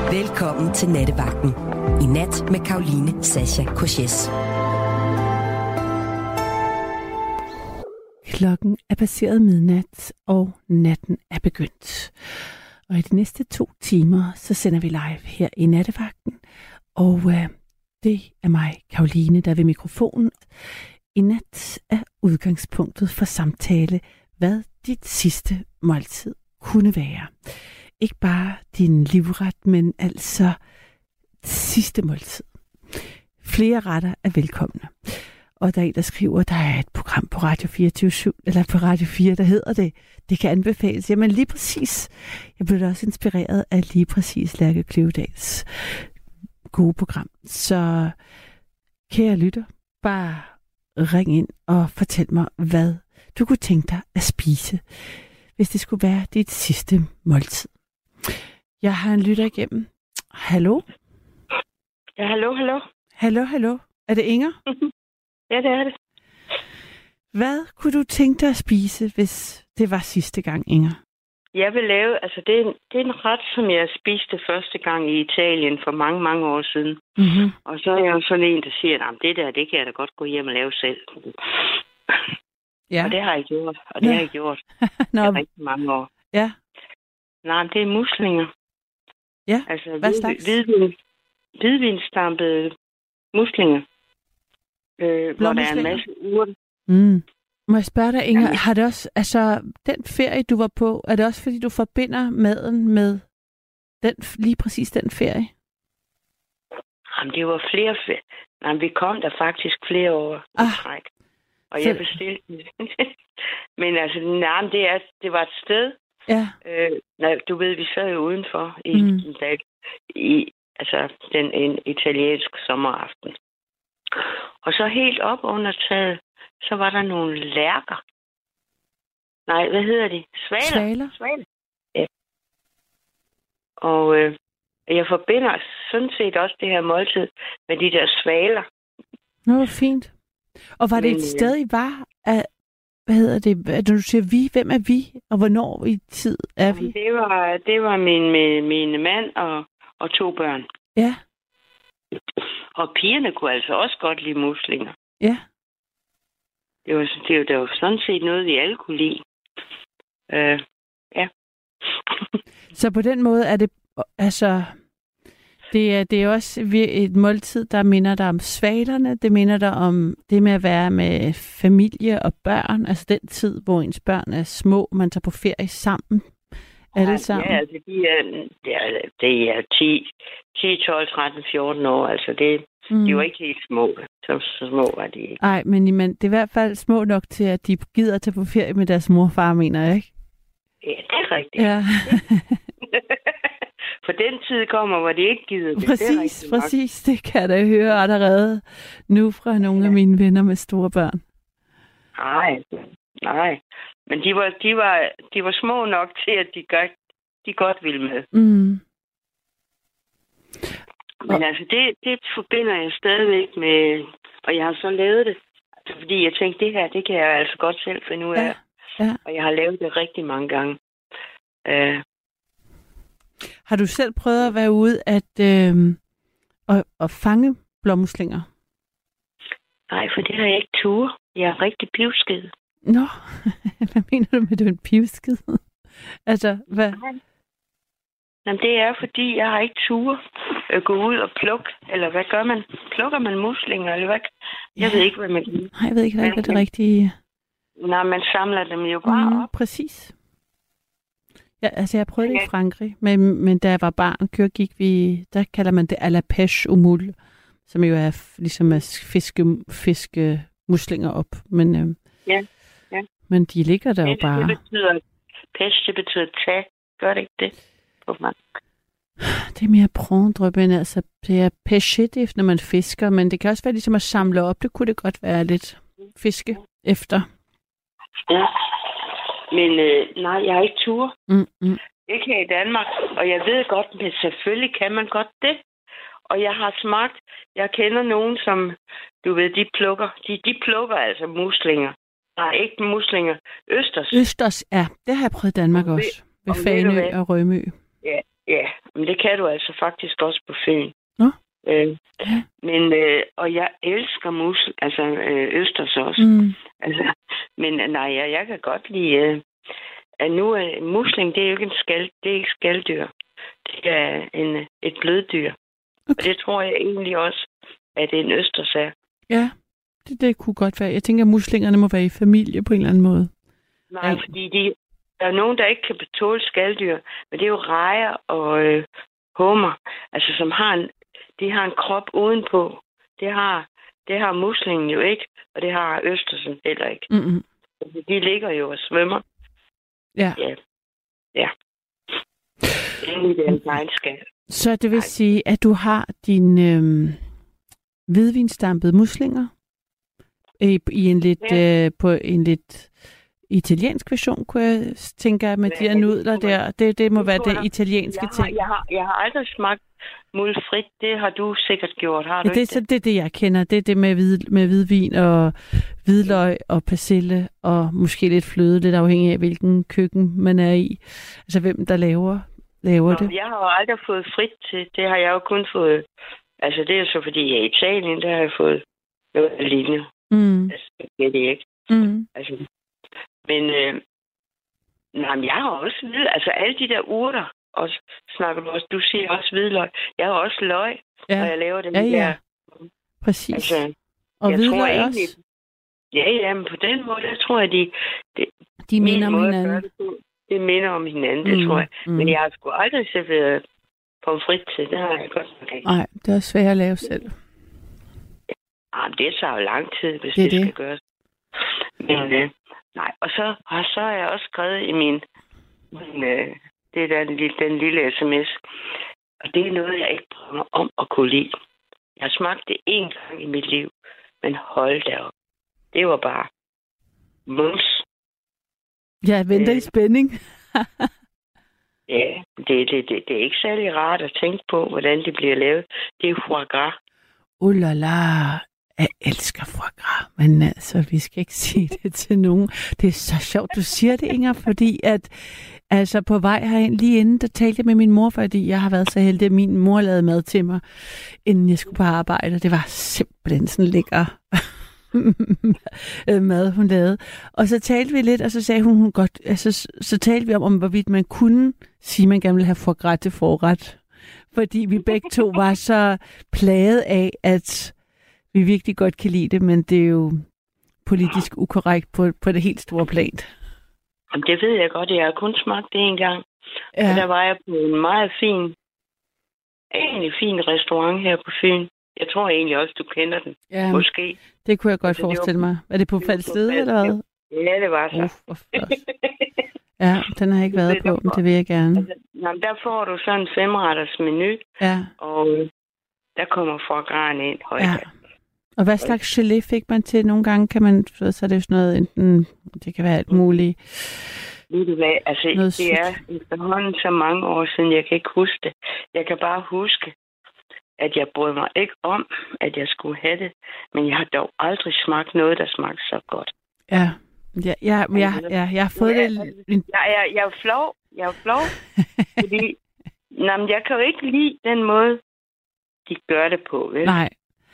Velkommen til Nattevagten. I nat med Caroline Sascha Couchés. Klokken er passeret midnat, og natten er begyndt. Og i de næste 2 timer, så sender vi live her i Nattevagten. Og det er mig, Caroline, der er ved mikrofonen. I nat er udgangspunktet for samtale, hvad dit sidste måltid kunne være. Ikke bare din livret, men altså sidste måltid. Flere retter er velkomne. Og der er en, der skriver, der er et program på Radio 24, eller på Radio 4, der hedder det. Det kan anbefales. Jamen lige præcis. Jeg blev da også inspireret af lige præcis Lærke Kløvedals gode program. Så kære lytter, bare ring ind og fortæl mig, hvad du kunne tænke dig at spise, hvis det skulle være dit sidste måltid. Jeg har en lytter igennem. Hallo? Ja, hallo. Hallo. Er det Inger? Ja, det er det. Hvad kunne du tænke dig at spise, hvis det var sidste gang, Inger? Jeg vil lave, altså det er en ret, som jeg spiste første gang i Italien for mange, mange år siden. Mm-hmm. Og så er jeg jo sådan en, der siger, at det kan jeg da godt gå hjem og lave selv. Ja. Og det har jeg gjort, Nå. i rigtig mange år. Ja. Nej, det er muslinger. Ja, altså, hvad slags? Hvidvinsstampede muslinger. Hvor der er en masse urter. Mm. Må jeg spørge dig, Inger, har det også, altså den ferie, du var på, er det også fordi, du forbinder maden med lige præcis den ferie? Jamen, det var flere ferier. Nej, vi kom der faktisk flere år i træk. Og jeg bestilte den. Men altså, det var et sted. Ja. Du ved, vi sad jo udenfor i en italiensk sommeraften. Og så helt op under taget, så var der nogle lærker. Nej, hvad hedder de? Svaler. Ja. Og jeg forbinder sådan set også det her måltid med de der svaler. Nå, fint. Og var det et sted, I var? Hvad hedder det? Når du siger vi, hvem er vi? Og hvornår i tid er vi? Det var min mand og 2 børn. Ja. Og pigerne kunne altså også godt lide muslinger. Ja. Det var jo sådan set noget, vi alle kunne lide. Ja. Så på den måde er det, altså, det er også et måltid, der minder dig om svalerne. Det minder dig om det med at være med familie og børn. Altså den tid, hvor ens børn er små, man tager på ferie sammen. Alle sammen. Ja, altså det er 10, 12, 13, 14 år. Altså de var ikke helt små. Så små var de ikke. Nej, men det er i hvert fald små nok til, at de gider at tage på ferie med deres mor og far, mener jeg, ikke? Ja, det er rigtigt. Ja. For den tid kommer, hvor de ikke gider det. Præcis. Det kan jeg da høre allerede nu fra nogle af mine venner med store børn. Nej. Men de var små nok til, at de godt ville med. Mm. Men altså, det forbinder jeg stadigvæk med, og jeg har så lavet det, altså, fordi jeg tænkte, det kan jeg altså godt selv finde ud af. Ja. Og jeg har lavet det rigtig mange gange. Har du selv prøvet at være ude at fange blåmuslinger? Nej, for det har jeg ikke tur. Jeg er rigtig pivskid. Nå, hvad mener du med, at du er en pivskid? Altså, hvad? Jamen, det er, fordi jeg har ikke tur at gå ud og plukke. Eller hvad gør man? Plukker man muslinger, eller hvad? Jeg ved ikke, hvad man gør. Nej, jeg ved ikke, hvad det rigtige. Nej, man samler dem jo bare op. Præcis. Ja, altså, jeg prøvede det i Frankrig, men da jeg var barn, der kalder man det à la pêche au moule, som jo er ligesom at fiske muslinger op. Men, ja. Men de ligger der jo bare. Det betyder tag. Gør det ikke det? Det er mere prondrøbe end altså, det er pêche, når man fisker, men det kan også være ligesom at samle op. Det kunne det godt være lidt fiske efter. Ja. Men nej, jeg har ikke tur. Ikke her i Danmark. Og jeg ved godt, men selvfølgelig kan man godt det. Og jeg har smagt, jeg kender nogen, som, du ved, de plukker altså muslinger. Nej, ikke muslinger. Østers. Østers, ja. Det har jeg prøvet i Danmark også. Ved Fanø og Rømø. Ja, Men det kan du altså faktisk også på Fyn. Nå? Men, og jeg elsker østers også. Altså, men nej, jeg kan godt lide, at nu musling, det er jo ikke det er ikke skalddyr. Det er et bløddyr. Okay. Og det tror jeg egentlig også, at det er en østers er. Ja, det kunne godt være. Jeg tænker, at muslingerne må være i familie på en eller anden måde. Nej, fordi der er nogen, der ikke kan betåle skalddyr, men det er jo rejer og hummer, altså som de har en krop udenpå. Det har muslingen jo ikke, og det har østersen heller ikke. Mm-hmm. De ligger jo og svømmer. Ja. Ja. Egentlig det er en egen skal. Så det vil sige, at du har dine hvidvinsdampede muslinger i en lidt på en lidt italiensk version, kunne jeg tænke, med de her nudler der. Det må være det italienske ting. Jeg har aldrig smagt mulfrit. Det har du sikkert gjort, har du ikke? Det er det, jeg kender. Det er det med hvidvin og hvidløg og persille og måske lidt fløde, lidt afhængig af, hvilken køkken man er i. Altså, hvem der laver det. Jeg har jo aldrig fået frit til. Det har jeg jo kun fået. Altså, det er så, fordi jeg er i Italien, der har jeg fået noget lignende. Altså, det er det ikke. Altså, men jeg har også altså alle de der urter, og snakker du også, du siger også hvidløg. Jeg har også løg, når jeg laver det. Ja. Præcis. Altså, og hvidløg også? Ja, men på den måde, der tror jeg, de minder om hinanden. Det minder om hinanden, det tror jeg. Men jeg har sgu aldrig serveret pomfrit til. Det har jeg godt nok ikke. Nej, det er svært at lave selv. Ja, det tager jo lang tid, hvis det skal gøres. Men nej, og så har jeg også skrevet i min det er den lille sms. Og det er noget, jeg ikke drømmer om at kunne lide. Jeg har smagt det én gang i mit liv, men hold da op. Det var bare mums. Jeg venter i spænding. Ja, det er ikke særlig rart at tænke på, hvordan det bliver lavet. Det er foie gras. La la. Jeg elsker foie gras, men altså, vi skal ikke sige det til nogen. Det er så sjovt, du siger det, Inger, fordi at altså på vej herind, lige inden, der talte jeg med min mor, fordi jeg har været så heldig, at min mor lavede mad til mig, inden jeg skulle på arbejde. Det var simpelthen sådan lækker mad, hun lavede. Og så talte vi lidt, og så sagde hun godt, altså, så talte vi om, hvorvidt man kunne sige, at man gerne ville have foie gras til forret. Fordi vi begge to var så plaget af, at vi virkelig godt kan lide det, men det er jo politisk ukorrekt på det helt store plan. Jamen, det ved jeg godt. Jeg har kun smagt det en gang. Ja. Og der var jeg på en meget fin restaurant her på Fyn. Jeg tror egentlig også, du kender den. Ja, måske. Det kunne jeg godt forestille mig. Er det på Falsted, eller hvad? Ja, det var så. Ja, den har jeg ikke været på, men det vil jeg gerne. Altså, der får du sådan en 5-retters menu, og der kommer foie gras ind. Ja. Og hvad slags gelé fik man til? Nogle gange kan man, så er det jo sådan noget, enten, det kan være alt muligt. Ved du hvad, altså det er efterhånden så mange år siden, jeg kan ikke huske det. Jeg kan bare huske, at jeg brød mig ikke om, at jeg skulle have det, men jeg har dog aldrig smagt noget, der smagte så godt. Ja, jeg har fået det. Jeg er flov. Fordi, jeg kan jo ikke lide den måde, de gør det på, vel? Nej.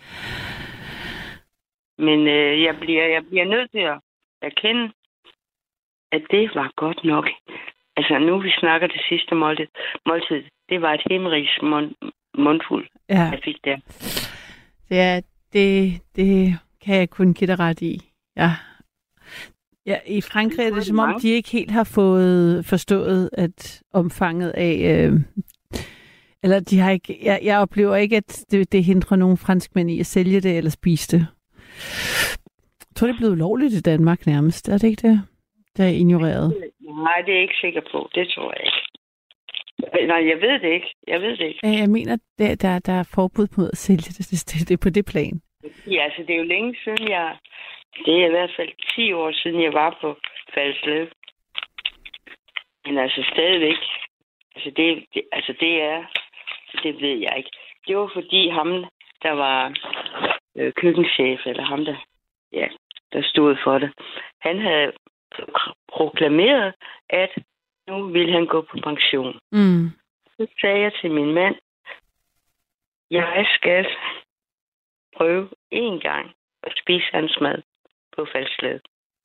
Men jeg bliver nødt til at erkende, at det var godt nok. Altså, nu vi snakker det sidste måltid, det var et himmerigs mundfuld, jeg fik der. Ja, det kan jeg kun give dig ret i. Ja. Ja, i Frankrig er det som om, de ikke helt har fået forstået, at omfanget af... eller de har ikke... Jeg oplever ikke, at det hindrer nogen franskmænd i at sælge det eller spise det. Jeg tror, det er blevet ulovligt i Danmark nærmest. Er det ikke det, der er ignoreret? Nej, det er jeg ikke sikker på. Det tror jeg ikke. Nej, jeg ved det ikke. Jeg mener, der er forbud mod at sælge det. Det er på det plan. Ja, altså det er jo længe siden det er i hvert fald 10 år siden, jeg var på Falslev. Men altså stadigvæk. Altså det ved jeg ikke. Det var fordi ham, der var køkkenchef, eller ham, der stod for det. Han havde proklameret, at nu ville han gå på pension. så sagde jeg til min mand, jeg skal prøve en gang at spise hans mad på Falsled.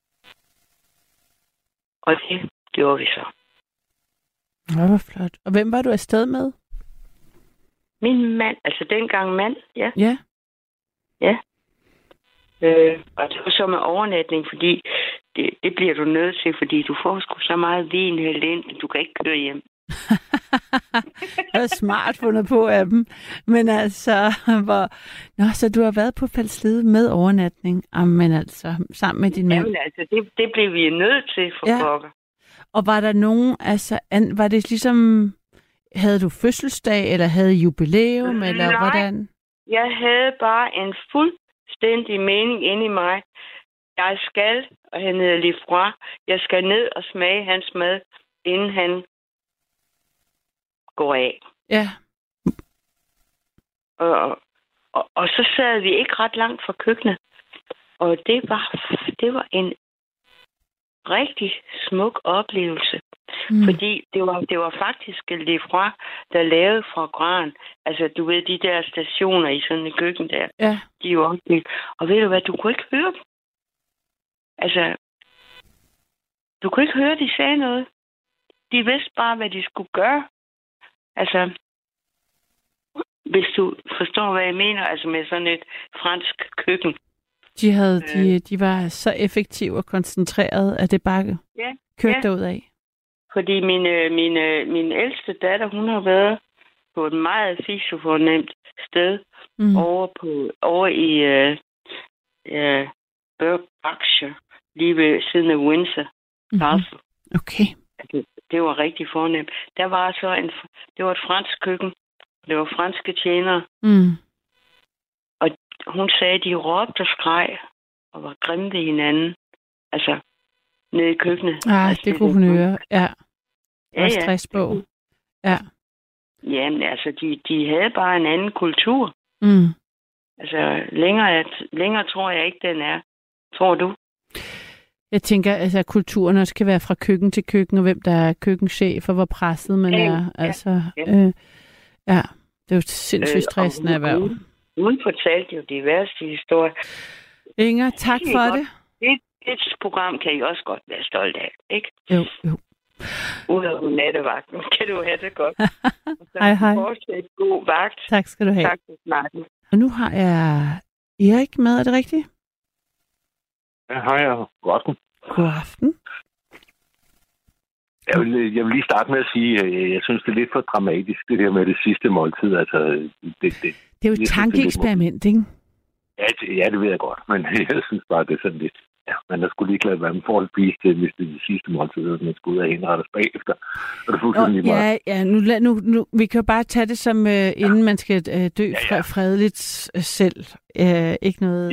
Og det gjorde vi så. Det var flot. Og hvem var du afsted med? Min mand, altså dengang mand, ja. Ja. Ja. Og det var så med overnatning, fordi det bliver du nødt til, fordi du får sgu så meget vin hældt ind, du kan ikke køre hjem. Det var smart fundet på af dem. Men altså, så du har været på Falsled med overnatning, men altså, sammen med din mand? Jamen altså, det blev vi nødt til for pokker. Og var der nogen, altså, var det ligesom, havde du fødselsdag, eller havde jubilæum, eller hvordan? Jeg havde bare en fuldstændig mening inde i mig. Jeg skal, og han hedder Lifroy, jeg skal ned og smage hans mad, inden han går af. Ja. Og så sad vi ikke ret langt fra køkkenet. Og det var en rigtig smuk oplevelse. Fordi det var faktisk Lefroy, der lavede fra gran. Altså, du ved, de der stationer i sådan et køkken der. Ja. De er jo opbygget. Og ved du hvad, du kunne ikke høre dem. Altså, du kunne ikke høre, de sagde noget. De vidste bare, hvad de skulle gøre. Altså, hvis du forstår, hvad jeg mener, altså med sådan et fransk køkken. De var så effektive og koncentrerede, at det bare kørte derudad. Fordi min ældste datter, hun har været på et meget fisefornemt sted over i Berkshire, lige ved siden af Windsor Castle. Okay. Det var rigtig fornemt. Der var så det var et fransk køkken. Det var franske tjenere. Og hun sagde, at de råbte og skreg og var grimme ved hinanden. Altså, nede i køkkenet. Altså, det kunne hun høre. Ja. Og stressbog. Ja. Jamen, altså, de havde bare en anden kultur. Altså, længere tror jeg ikke, den er. Tror du? Jeg tænker, altså, at kulturen også kan være fra køkken til køkken, og hvem der er køkkenchef, og hvor presset man er. Altså, det er jo sindssygt stressende erhverv. Hun fortalte jo de værste historier. Inger, tak for det. Et program kan I også godt være stolt af, ikke? Jo. Udover nattevagten. Kan du have det godt. Hej. Fortsæt god vagt. Tak skal du have. Tak for snakken. Og nu har jeg Erik med, er det rigtigt? Ja, hej og god aften. God aften. Jeg vil lige starte med at sige, at jeg synes, det er lidt for dramatisk, det der med det sidste måltid. Altså, det er jo et tankeeksperiment, ikke? Ja, det ved jeg godt, men jeg synes bare, det er sådan lidt... Ja, man er sgu ligeglad, hvad man får at spise til, hvis det er det sidste måltid, og man skal ud og henrettes bagefter. Og det er fuldstændig meget. Ja, nu, vi kan jo bare tage det som, inden man skal dø fredeligt selv. Ikke noget...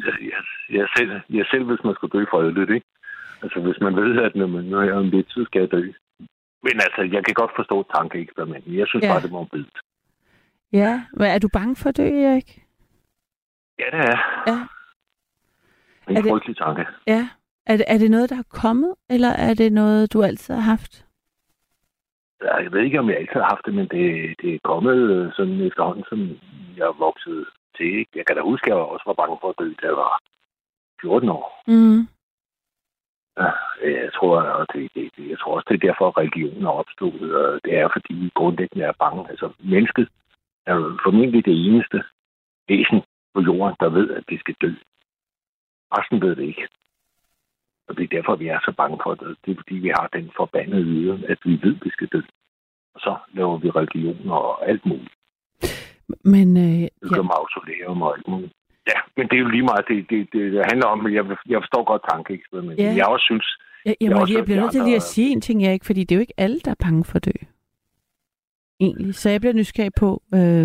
Ja, selv hvis man skulle dø fredeligt, ikke? Altså, hvis man ved, at når man er om lidt, så skal jeg dø. Men altså, jeg kan godt forstå tankeeksperimentet. Jeg synes bare, det må blive. Ja, er du bange for at dø, Erik? Ja, det er. Ja. En frygtelig tanke. Ja. Er det noget, der er kommet, eller er det noget, du altid har haft? Jeg ved ikke, om jeg altid har haft det, men det er kommet sådan efterhånden, som jeg er vokset til. Ikke? Jeg kan da huske, at jeg også var bange for at dø, da jeg var 14 år. Ja, jeg tror også, det er derfor, religionen er opstået. Og det er, fordi vi grundlæggende er bange. Altså, mennesket er jo formentlig det eneste væsen på jorden, der ved, at vi skal dø. Resten ved det ikke. Og det er derfor, vi er så bange for det. Det er, fordi vi har den forbandede viden, at vi ved, at vi skal dø. Og så laver vi religioner og alt muligt. Men... Det gør mausoleum og alt muligt. Ja, men det er jo lige meget, det handler om, at jeg forstår godt tankeeksperimentet. Jeg også synes... Jeg bliver nødt til lige at sige en ting, Erik, fordi det er jo ikke alle, der er bange for at dø. Egentlig. Så jeg bliver nysgerrig på,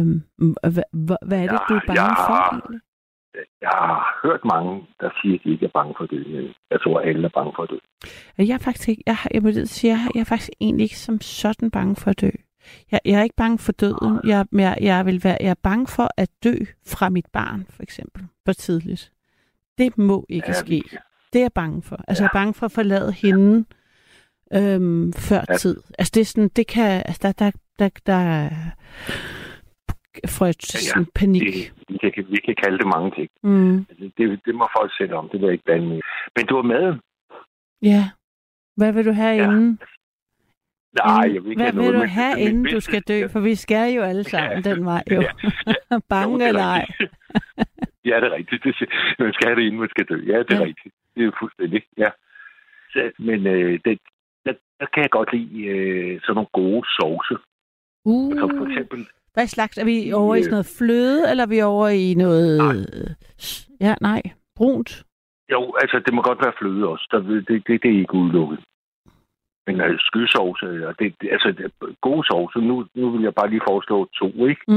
hvad er det, du er bange for egentlig? Jeg har hørt mange, der siger, at de ikke er bange for at dø. Men jeg tror, at alle er bange for at dø. Jeg er faktisk ikke, jeg er faktisk egentlig ikke som sådan bange for at dø. Jeg er ikke bange for døden. Jeg er bange for at dø fra mit barn, for eksempel, for tidligt. Det må ikke ske. Det er jeg bange for. Altså, jeg er bange for at forlade hende før tid. Altså det er sådan, det kan, altså der får sådan panik. Vi kan kalde det mange ting. Det må folk sætte om, det vil jeg ikke blande med. Men du er med? Ja. Hvad vil du have inden? Nej, jeg vil ikke Hvad have noget. Hvad vil du have, inden du skal dø? For vi skal jo alle sammen den vej, jo. Bange eller ej. Ja, det er rigtigt. Man skal have det, inden man skal dø. Ja, det er rigtigt. Det er fuldstændig, ja. Men der kan jeg godt lide sådan nogle gode sovse. Altså for eksempel... Hvad slags? Er vi over i sådan noget fløde, eller er vi over i noget... Nej. Brunt? Jo, altså det må godt være fløde også. Det er ikke udelukket. Men skysovse, altså gode sovse, nu vil jeg bare lige foreslå 2, ikke?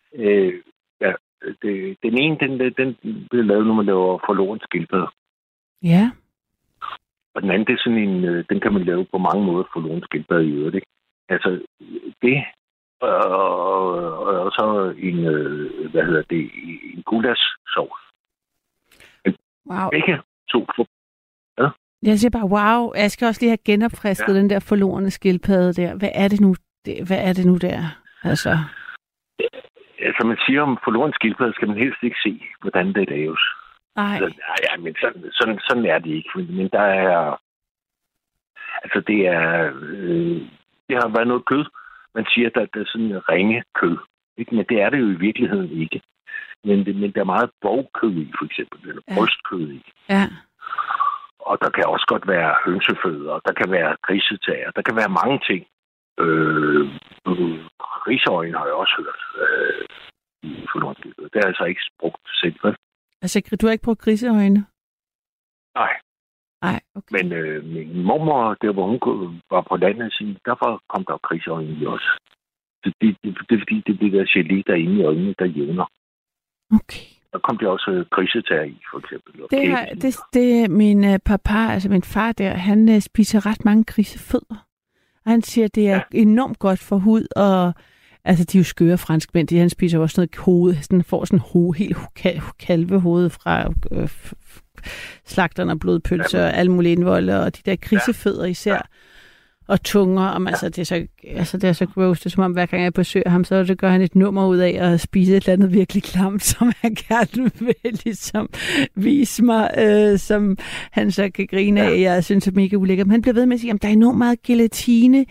Den ene, den bliver lavet, når man laver forloren skildpadde. Ja. Og den anden, det er sådan en, den kan man lave på mange måder, forloren skildpadde i øvrigt, ikke? Altså det, og så en, en gulaschsovs. Wow. Ikke 2 for. Ja. Jeg siger bare, wow, jeg skal også lige have genopfrisket den der forlorene skildpadde der. Hvad er det nu der? Altså man siger om forloren skildpadde, skal man helst ikke se, hvordan det laves. Nej. Men sådan er det ikke. Men der er... Altså, det har været noget kød. Man siger, at der er sådan en ringe kød. Ikke? Men det er det jo i virkeligheden ikke. Men der er meget bovkød i, for eksempel. Eller brystkød i. Ja. Og der kan også godt være hønsefødder. Der kan være grisetager. Der kan være mange ting. Griseøjne har jeg også hørt. Det er altså ikke brugt selv, vel? Altså, du har ikke brugt griseøjne? Nej. Nej, okay. Men min mormor, der hvor hun var på landet, derfor kom der griseøjne i os. Det er fordi, det bliver der gelé derinde i øjnene, der jævner. Okay. Der kom det også grisetager i, for eksempel. Det min papa, altså min far der, han spiser ret mange grisefødder. Og han siger, det er enormt godt for hud, og altså, de er jo skøre franskmænd. Han spiser jo også noget hoved. Han får sådan helt kalvehoved fra slagterne og blodpølser og alle mulige indvolde, og de der grisefødder især, og tunger. Og altså, det er så gross. Det er som om, hver gang jeg besøger ham, så gør han et nummer ud af at spise et eller andet virkelig klamt, som han gerne vil ligesom vise mig, som han så kan grine af. Jeg synes, det er mega ulækkert. Men han bliver ved med at sige, at der er enormt meget gelatine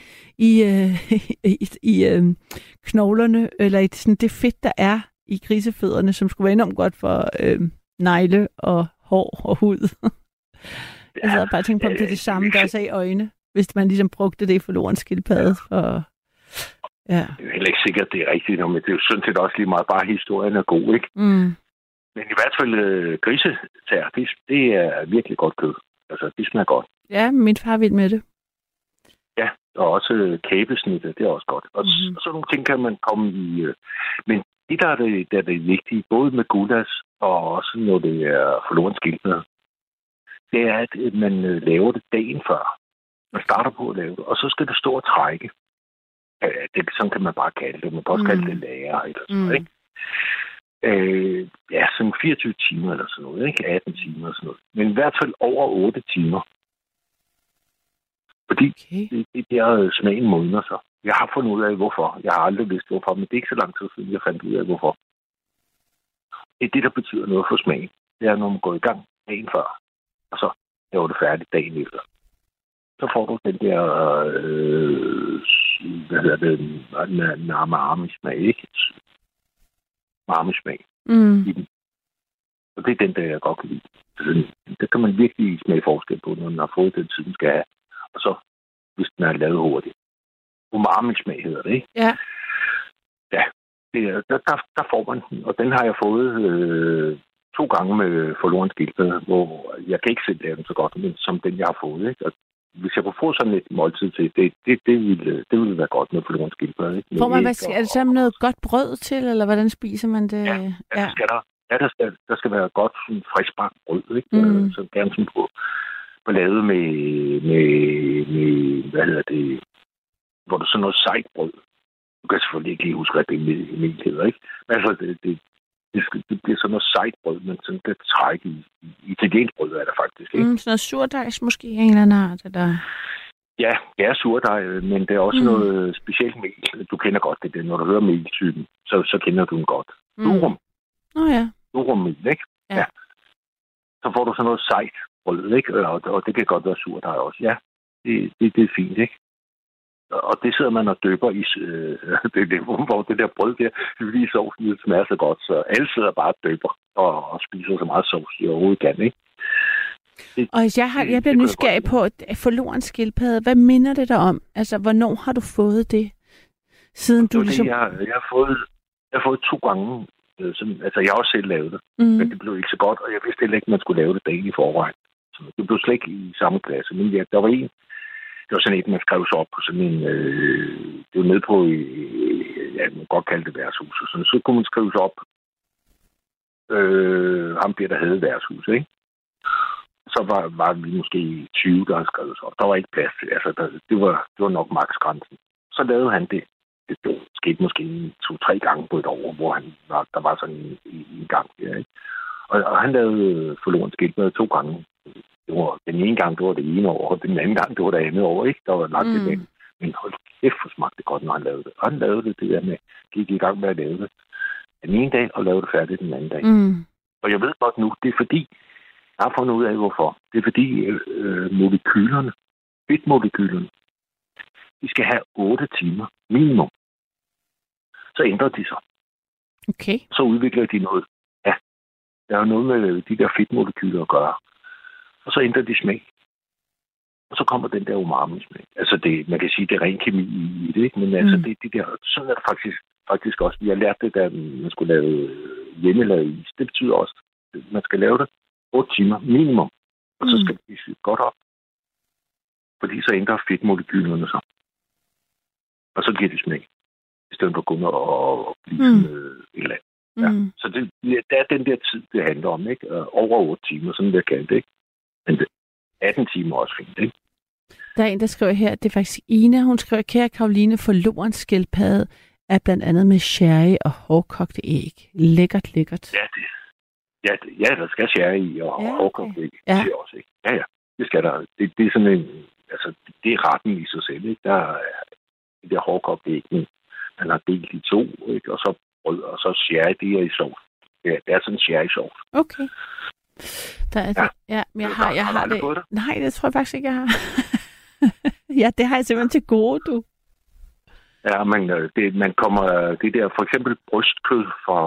i knoglerne, eller i sådan det fedt, der er i grisefødderne, som skulle være enormt godt for negle og hår og hud. Jeg sad bare og tænkte på, om det er det samme, der også er i øjne, hvis man ligesom brugte det for forloren skildpadde. Det er heller ikke sikkert, det er rigtigt, men det er jo sådan set også lige meget, bare historien er god, ikke? Men i hvert fald grisetager, det er virkelig godt kød. Altså, det smager godt. Ja, min far vil med det. Ja, og også kæbesnitte, det er også godt. Og sådan nogle ting kan man komme i. Men det, der er det vigtige, både med gulasch og også når det er forloren skildpadde, det er, at man laver det dagen før. Man starter på at lave det, og så skal det stå og trække. Sådan kan man bare kalde det. Man kan også kalde det lager eller sådan noget, ikke? Sådan 24 timer eller sådan noget, ikke? 18 timer eller sådan noget. Men i hvert fald over 8 timer. Fordi det der smagen modner sig. Jeg har fundet ud af, hvorfor. Jeg har aldrig vidst, hvorfor, men det er ikke så lang tid siden, jeg fandt ud af, hvorfor. Det er det, der betyder noget for smagen. Det er, når man går i gang dagen før, og så laver det færdigt dagen efter. Så får du den der, marmesmag, ikke? Marmesmag i den. Og det er den, der jeg godt kan lide. Der kan man virkelig smage forskel på, når den har fået den tid, den skal have. Og så, hvis den er lavet hurtigt. Umami-smag hedder det, ikke? Ja. Ja, der får man den. Og den har jeg fået 2 gange med forloren skildpadde, hvor jeg kan ikke selv lave den så godt, men som den, jeg har fået, ikke? Og hvis jeg kunne få sådan et måltid til, det ville være godt med forloren skildpadde, ikke? Er det så noget godt brød til, eller hvordan spiser man det? Ja, det skal der. Ja, der skal være godt sådan friskbagt brød, ikke? Så gerne sådan på lavet med hvad hedder det, hvor der sådan noget sejt brød. Du kan selvfølgelig ikke lige huske, hvad det mel hedder, ikke? Men altså, det bliver sådan noget sejt brød, men sådan kan trække i italiensk brød er der faktisk, ikke? Sådan noget surdejs måske en eller anden art, eller? Ja, det er surdej, men det er også noget specielt mel. Du kender godt det. Når du hører meltypen, så kender du den godt. Durum. Ja. Durummel, ikke? Ja. Så får du sådan noget sejt brød, ikke? Og det kan godt være surdej også. Ja, det er fint, ikke? Og det sidder man og døber i hvor det der brød der, fordi sovsen det smager så godt, så alle sidder bare og døber og spiser så meget sovs i overhovedet kan, ikke? Og jeg bliver nysgerrig på forloren skildpadde. Hvad minder det dig om? Altså, hvornår har du fået det? Siden du ligesom... Jeg har fået 2 gange. Altså, jeg har også selv lavet det. Men det blev ikke så godt, og jeg vidste heller ikke, man skulle lave det dagen i forvejen. Så det blev slet ikke i samme klasse. Men ja, der var en. Det var sådan et, man skrev sig op på sådan en... det var nede på... man kan godt kalde det værtshus. Så kunne man skrive sig op. Ham der havde værtshus, ikke? Så var vi måske 20, der havde skrevet sig op. Der var ikke plads til. Altså, det var nok maksgrænsen. Så lavede han det. Det skete måske 2-3 gange på et år, hvor der var sådan en gang der, ikke? Og han lavede forloren skildpadde 2 gange. Den ene gang, det var det ene år, og den anden gang, det var det andet år, ikke? Der var langt imellem. Men hold kæft, hvor smagte det godt, når han lavede det. Og han lavede det der med, gik i gang med at lave det den ene dag, og lavede det færdigt den anden dag. Og jeg ved godt nu, det er fordi, jeg har fundet ud af, hvorfor. Det er fordi molekylerne, fedtmolekylerne, de skal have 8 timer minimum. Så ændrer de sig. Okay. Så udvikler de noget. Ja, der er noget med de der fedtmolekyler at gøre. Og så ændrer de smag. Og så kommer den der umami-smag. Altså, man kan sige, det er ren kemi i det, ikke? Men altså, det der, sådan er det faktisk også. Vi har lært det, da man skulle lave hjemmelavet is. Det betyder også, at man skal lave det 8 timer minimum. Og så skal det blive godt op. Fordi så ændrer fedtmolekylerne sig. Og så giver de smag. I stedet for kun at blive et eller andet. Ja. Så det er den der tid, det handler om, ikke? Over 8 timer, sådan der kan det, ikke? Men 18 timer også fint, ikke? Der er en, der skriver her, det er faktisk Ina, hun skriver, kære Karoline, forloren skildpadde er blandt andet med sherry og hårdkogte æg. Lækkert. Ja, der skal sherry i og hårdkogte æg. Ja. Det også, ikke? Ja, det skal der. Det er sådan en, altså, det er retten i sig selv, ikke? Der er det der hårdkogte æg, man har delt i 2, ikke? Og så brød, og så sherry, det er i sovs. Det er sådan en sherry-sovs. Okay. Der er det. Ja, men jeg har det. Nej, det tror jeg faktisk ikke, jeg har. Ja, det har jeg simpelthen til gode, du. Ja, men man kommer det der, for eksempel brystkød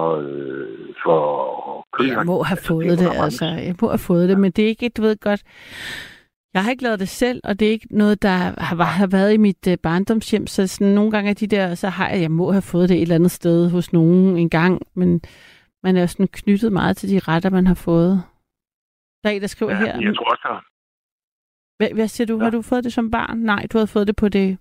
for kød. Jeg må have fået det, altså. Jeg må have fået det, men det er ikke, du ved godt. Jeg har ikke lavet det selv, og det er ikke noget, der har været i mit barndomshjem, så sådan nogle gange af de der, så har jeg må have fået det et eller andet sted hos nogen en gang, men man er jo sådan knyttet meget til de retter, man har fået. Der er en, der skriver her. Jeg tror også, Hvad siger du? Ja. Har du fået det som barn? Nej, du havde fået det på det...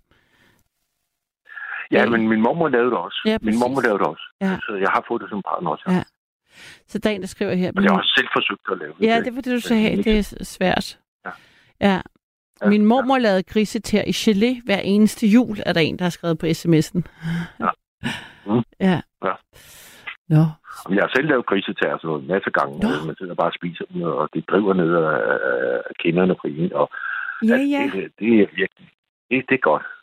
Ja, men min mormor lavede det også. Ja, min mormor lavede det også. Ja. Så jeg har fået det som barn også. Ja. Så der er en, der skriver her... Og jeg har også selv forsøgt at lave det. Ja, det var det, du sagde. Det er svært. Ja. Min mormor lavede grisetær i gelé hver eneste jul, er der en, der har skrevet på sms'en. Ja. Nå. Jeg har selv lavet grisetær så en masse gange. Man sidder bare og spiser dem, og det driver ned af kinderne på en. Og ja. Det er virkelig... Det er godt.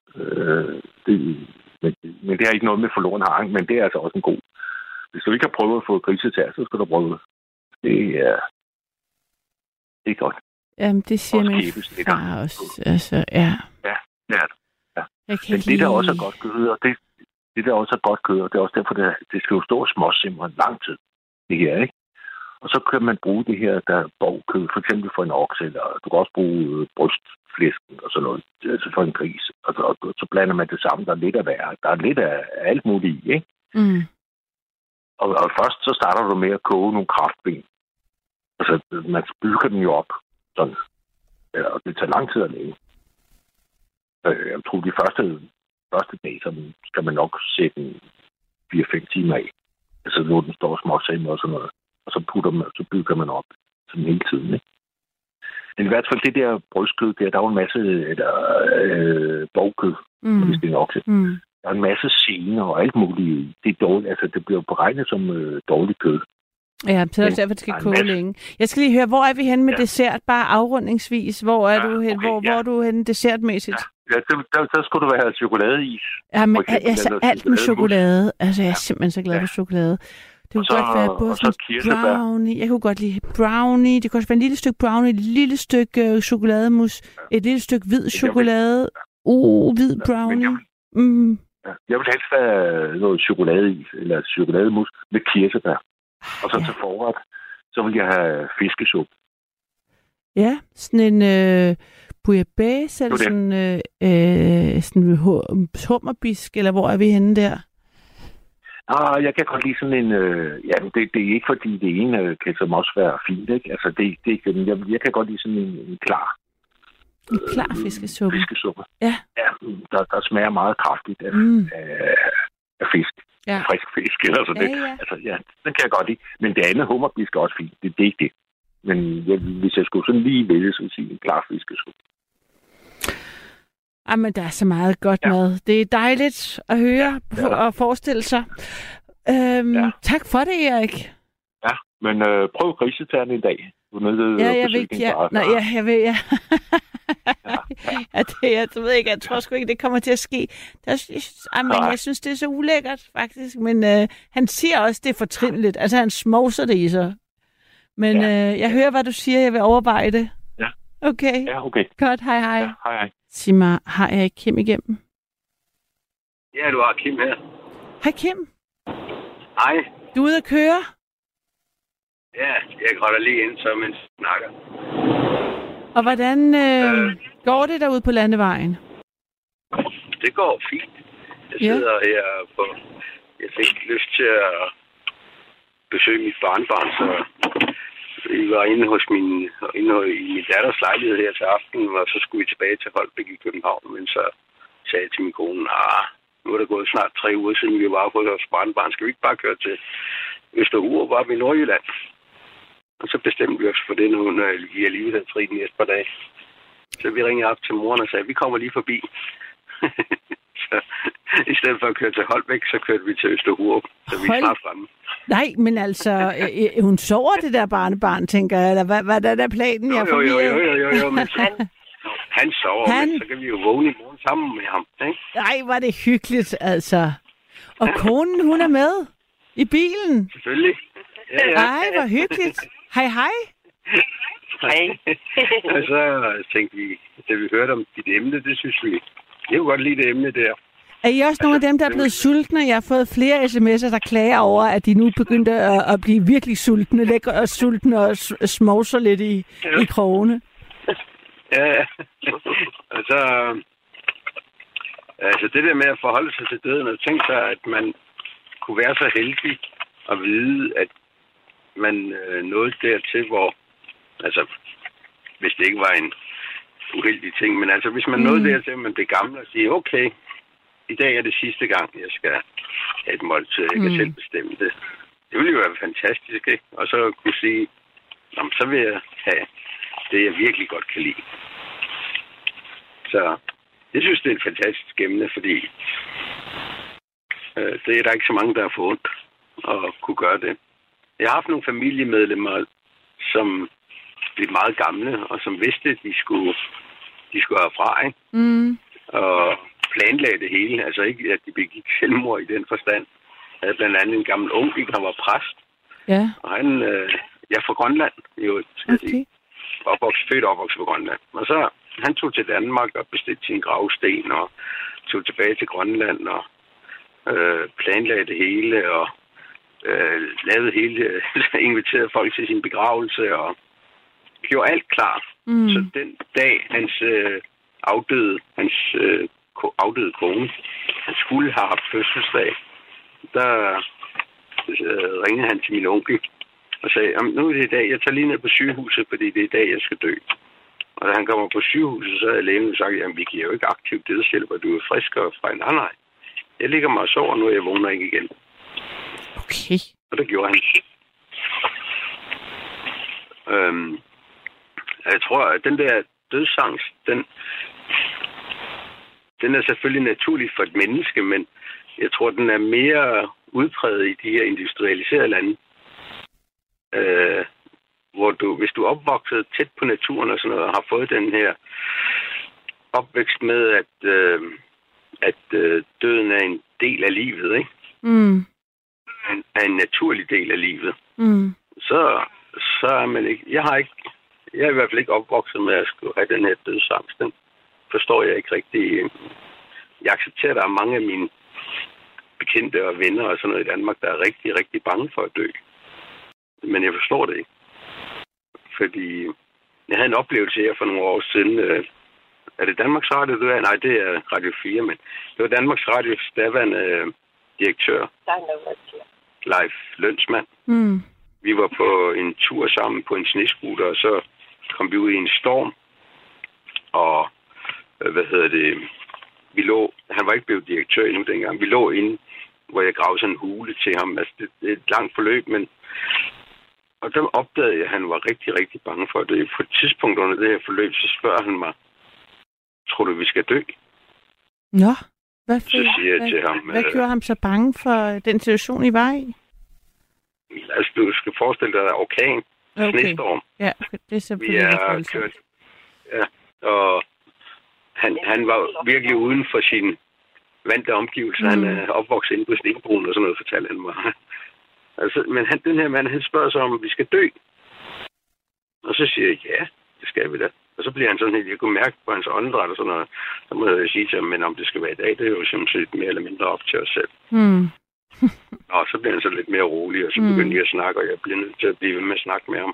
Men det har ikke noget med forloren harang, men det er altså også en god... Hvis du ikke har prøvet at få grisetær, så skal du prøve det. Det er godt. Jamen, det siger min far også. Altså, ja. Ja, det er det. Ja. Men det, der også er godt kød, og det der også er godt kød, og det er også derfor, det skal jo stå småsimre lang tid, det her, ikke? Og så kan man bruge det her, der er borgkød, for eksempel for en okse, eller du kan også bruge brystflæsken og sådan noget, altså for en gris. Og så blander man det sammen, der er lidt af hver. Der er lidt af alt muligt i, ikke? Mm. Og først så starter du med at koge nogle kraftben. Altså, man bygger den jo op, sådan. Og det tager lang tid at lave. Jeg tror, de første dag, så skal man nok sætte 4-5 timer af. Altså, når den står småsimmer og sådan noget. Og så bygger man op sådan hele tiden, ikke? Men i hvert fald det der brystkød, der er jo en masse borgkød, hvis det er nok. Der er en masse sener og alt muligt. Det er dårligt, altså det bliver beregnet som dårligt kød. Ja, så er det derfor, det skal koge længe. Jeg skal lige høre, hvor er vi henne med dessert? Bare afrundingsvis. Hvor er du hen? Hvor er du henne dessertmæssigt? Ja, der skulle du have chokoladeis. Ja, men altså alt med chokolade. Altså, jeg er simpelthen så glad for chokolade. Det kunne godt være både sådan brownie. Jeg kunne godt lide brownie. Det kunne også være en lille stykke brownie, et lille stykke chokolademus, et lille stykke hvid chokolade. Hvid brownie. Jeg vil helst have noget chokoladeis eller chokolademus med kirsebær. Og så til forret, så vil jeg have fiskesuppe. Ja, sådan en bouillabaisse, eller sådan hummerbisk, eller hvor er vi henne der? Jeg kan godt lide sådan en... det er ikke, fordi det ene kan som også være fint, ikke? Altså, jeg kan godt lide sådan en klar... En klar fiskesuppe? Fiskesuppe. Ja. Ja, der smager meget kraftigt af fisk. Ja. Frisk fisk, eller sådan det. Ja. Altså, ja, den kan jeg godt lide. Men det andet hummerbisk er også fint. Det er ikke det. Men hvis jeg skulle sådan lige vælge, så vil sige en klar fiskesuppe. Men der er så meget godt mad. Det er dejligt at høre og forestille sig. Tak for det, Erik. Ja, men prøv grisetærne en dag. Jeg ved ikke, jeg tror sgu ikke, det kommer til at ske. Jeg synes, det er så ulækkert, faktisk. Men han siger også, det er fortrinligt. Altså, han smovser det i sig. Men jeg hører, hvad du siger. Jeg vil overveje det. Ja. Okay. Ja, okay. Godt, hej. Ja, hej. Sig mig, har jeg Kim igennem? Ja, du har Kim her. Hej, Kim. Hej. Du er ude at køre? Ja, jeg holder lige ind, så mens jeg snakker. Og hvordan går det derude på landevejen? Det går fint. Jeg sidder her på... Jeg fik lyst til at besøge mit barnebarn, så vi var inde i min datters lejlighed her til aften, og så skulle vi tilbage til Holbæk i København, men så sagde jeg til min kone, nu er det gået snart 3 uger siden, vi var på vores barnebarn. Skal vi ikke bare køre til Østerhus og bare i Nordjylland? Og så bestemte vi os for det nu, når vi alligevel havde fri de næste par dage. Så vi ringede op til moren og sagde, vi kommer lige forbi. Så i stedet for at køre til Holbæk, så kørte vi til Østerhus, så vi er snart fremme. Nej, men altså, hun sover det der barnebarn, tænker jeg, eller hvad er der planen? Jo, men han sover, men så kan vi jo vågne i morgen sammen med ham, ikke? Nej, var det hyggeligt, altså. Og konen, hun er med i bilen? Selvfølgelig. Ja. Ej, hvor hyggeligt. Hej. Hej. Og så tænkte vi, da vi hørte om dit emne, det synes vi, det kunne godt lide det emne der. Er I også nogle af dem, der er blevet sultne? Jeg har fået flere sms'er, der klager over, at de nu begyndte at blive virkelig sultne, lækre og sultne og smovser lidt i krogene. Ja. Og så... Altså det der med at forholde sig til døden og tænke sig, at man kunne være så heldig at vide, at man nåede dertil, hvor... Altså, hvis det ikke var en uheldig ting, men altså hvis man nåede dertil, at man blev gammel og siger, okay, i dag er det sidste gang, jeg skal have et måltid, jeg kan selv bestemme det. Det ville jo være fantastisk, ikke? Og så kunne sige, så vil jeg have det, jeg virkelig godt kan lide. Så jeg synes, det er et fantastisk emne, fordi det er der ikke så mange, der har fået ondt at kunne gøre det. Jeg har haft nogle familiemedlemmer, som blev meget gamle, og som vidste, at de skulle herfra, ikke? Og planlagde det hele. Altså ikke, at de begik selvmord i den forstand. Jeg havde blandt andet en gammel onkel, han var præst. Ja. Og han, fra Grønland, jo, okay. Født og opvokset på Grønland. Og så, han tog til Danmark og bestilte sin gravsten, og tog tilbage til Grønland, og planlagde det hele, og lavede hele, inviterede folk til sin begravelse, og gjorde alt klar. Så den dag, hans afdøde kone, han skulle have haft fødselsdag, der ringede han til min onkel og sagde, nu er det i dag, jeg tager lige ned på sygehuset, fordi det er i dag, jeg skal dø. Og da han kommer på sygehuset, så havde lægen sagt, jamen vi giver jo ikke aktiv dødshjælp, og du er frisk og fra en nej. Jeg ligger mig og sover nu, og jeg vågner ikke igen. Okay. Og det gjorde han. Jeg tror, at den der dødsangst, den er selvfølgelig naturlig for et menneske, men jeg tror, den er mere udpræget i de her industrialiserede lande. Hvor hvis du er opvokset tæt på naturen og sådan noget, og har fået den her opvækst med, at døden er en del af livet, ikke? Er en naturlig del af livet. Så er man ikke... Jeg er i hvert fald ikke opvokset med at skulle have den her dødsangst. Den forstår jeg ikke rigtig. Jeg accepterer, at der er mange af mine bekendte og venner og sådan noget i Danmark, der er rigtig, rigtig bange for at dø. Men jeg forstår det ikke. Fordi jeg havde en oplevelse her for nogle år siden. Er det Danmarks Radio, du er? Nej, det er Radio 4, men det var Danmarks Radios daværende direktør. Leif Lønsmand. Vi var på en tur sammen på en snescooter, og så kom vi ud i en storm. Og han var ikke blevet direktør endnu dengang. Vi lå inde, hvor jeg gravede sådan en hule til ham. Altså, det er et langt forløb, men... Og der opdagede jeg, at han var rigtig, rigtig bange for det. På et tidspunkt under det her forløb, så spørger han mig, tror du, vi skal dø? Nå, så siger jeg til ham... Hvad gjorde ham så bange for den situation, I var i? Altså, du skal forestille dig, at der er orkan, snestorm. Ja, det er selvfølgelig kørt. Ja, og han var virkelig uden for sin vante omgivelser. Han er opvokset inde på Stenbroen og sådan noget, fortalte han mig. Altså, men den her mand, han spørger sig om vi skal dø. Og så siger jeg, ja, det skal vi da. Og så bliver han sådan helt, jeg kunne mærke på hans åndedræt og sådan noget. Så må jeg sige til ham, men om det skal være i dag, det er jo simpelthen mere eller mindre op til os selv. Og så bliver han så lidt mere rolig, og så begynder jeg at snakke, og jeg bliver nødt til at blive ved med at snakke med ham.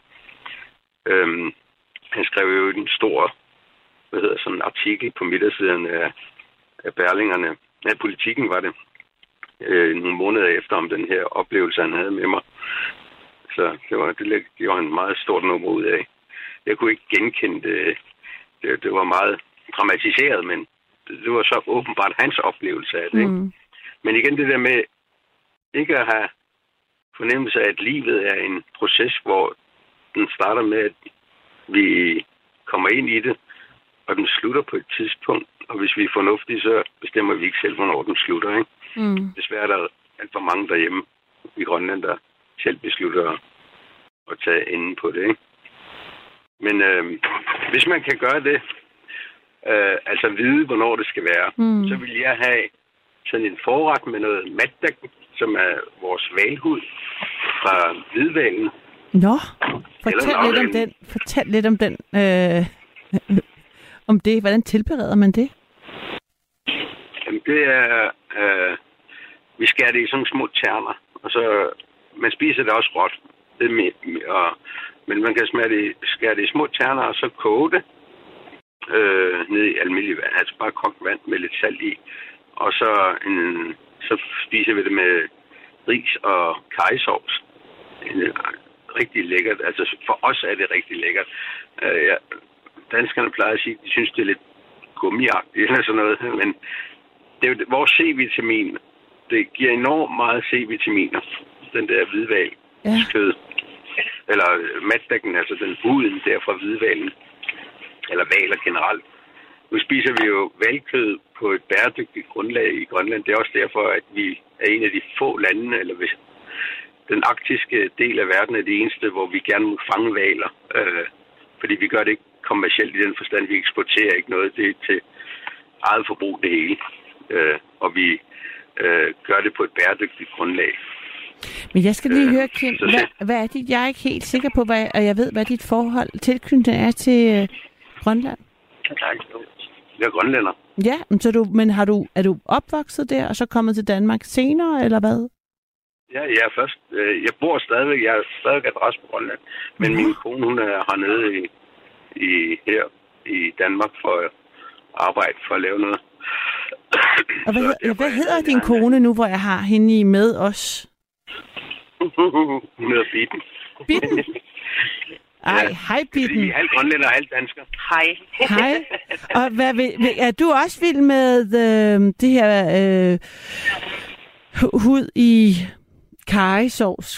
Han skrev jo en stor, sådan en artikel på midtersiden af Berlingerne. Ja, Politikken var det. Nogle måneder efter om den her oplevelse, han havde med mig. Så det gjorde han meget stort nummer ud af. Jeg kunne ikke genkende det. Det var meget dramatiseret, men det var så åbenbart hans oplevelse af det. Ikke? Men igen det der med ikke at have fornemmelse af, at livet er en proces, hvor den starter med, at vi kommer ind i det, og den slutter på et tidspunkt. Og hvis vi er fornuftige, så bestemmer vi ikke selv, hvornår den slutter. Ikke? Desværre er der alt for mange derhjemme i Grønland, der selv beslutter at tage enden på det. Ikke? Men hvis man kan gøre det, altså vide, hvornår det skal være, så vil jeg have sådan en forret med noget matdag, som er vores hvalhud fra hvidhvalen. Nå, fortæl lidt om den. Om det. Hvordan tilbereder man det? Jamen, det er... vi skærer det i sådan små terner, og så... Man spiser det også råt. Men man kan skære det i små terner, og så koge det ned i almindelig vand. Altså bare kogt vand med lidt salt i. Og så spiser vi det med ris og karrysovs. Rigtig lækkert. Altså for os er det rigtig lækkert. Danskerne plejer at sige, at de synes, det er lidt gummiagtigt eller sådan noget. Men det er jo vores C-vitamin. Det giver enormt meget C-vitaminer. Den der hvidhval kød. Eller matdagen, altså den huden der fra hvidhvalen. Eller hvaler generelt. Nu spiser vi jo hvalkød på et bæredygtigt grundlag i Grønland. Det er også derfor, at vi er en af de få lande, eller hvis den arktiske del af verden er det eneste, hvor vi gerne må fange hvaler. Fordi vi gør det ikke kommercielt i den forstand, vi eksporterer ikke noget. Det er til eget forbrug det hele. Og vi gør det på et bæredygtigt grundlag. Men jeg skal lige høre, Kim, hvad er dit? Jeg er ikke helt sikker på, og jeg ved, hvad dit forhold tilknytning er til Grønland. Jeg er grønlænder. Ja, men er du opvokset der, og så kommet til Danmark senere, eller hvad? Ja, jeg bor stadigvæk. Jeg er stadigvæk adresse på Grønland. Men min kone, hun er hernede her i Danmark for at arbejde, for at lave noget. Og hvad hedder din kone nu, hvor jeg har hende med os? Hun hedder Bitten. Bitten? Ej, hej Bitten. Vi er halvt grønlænder og halvt dansker. Hej. Hej. Og er du også vild med det her hud i karrysovs?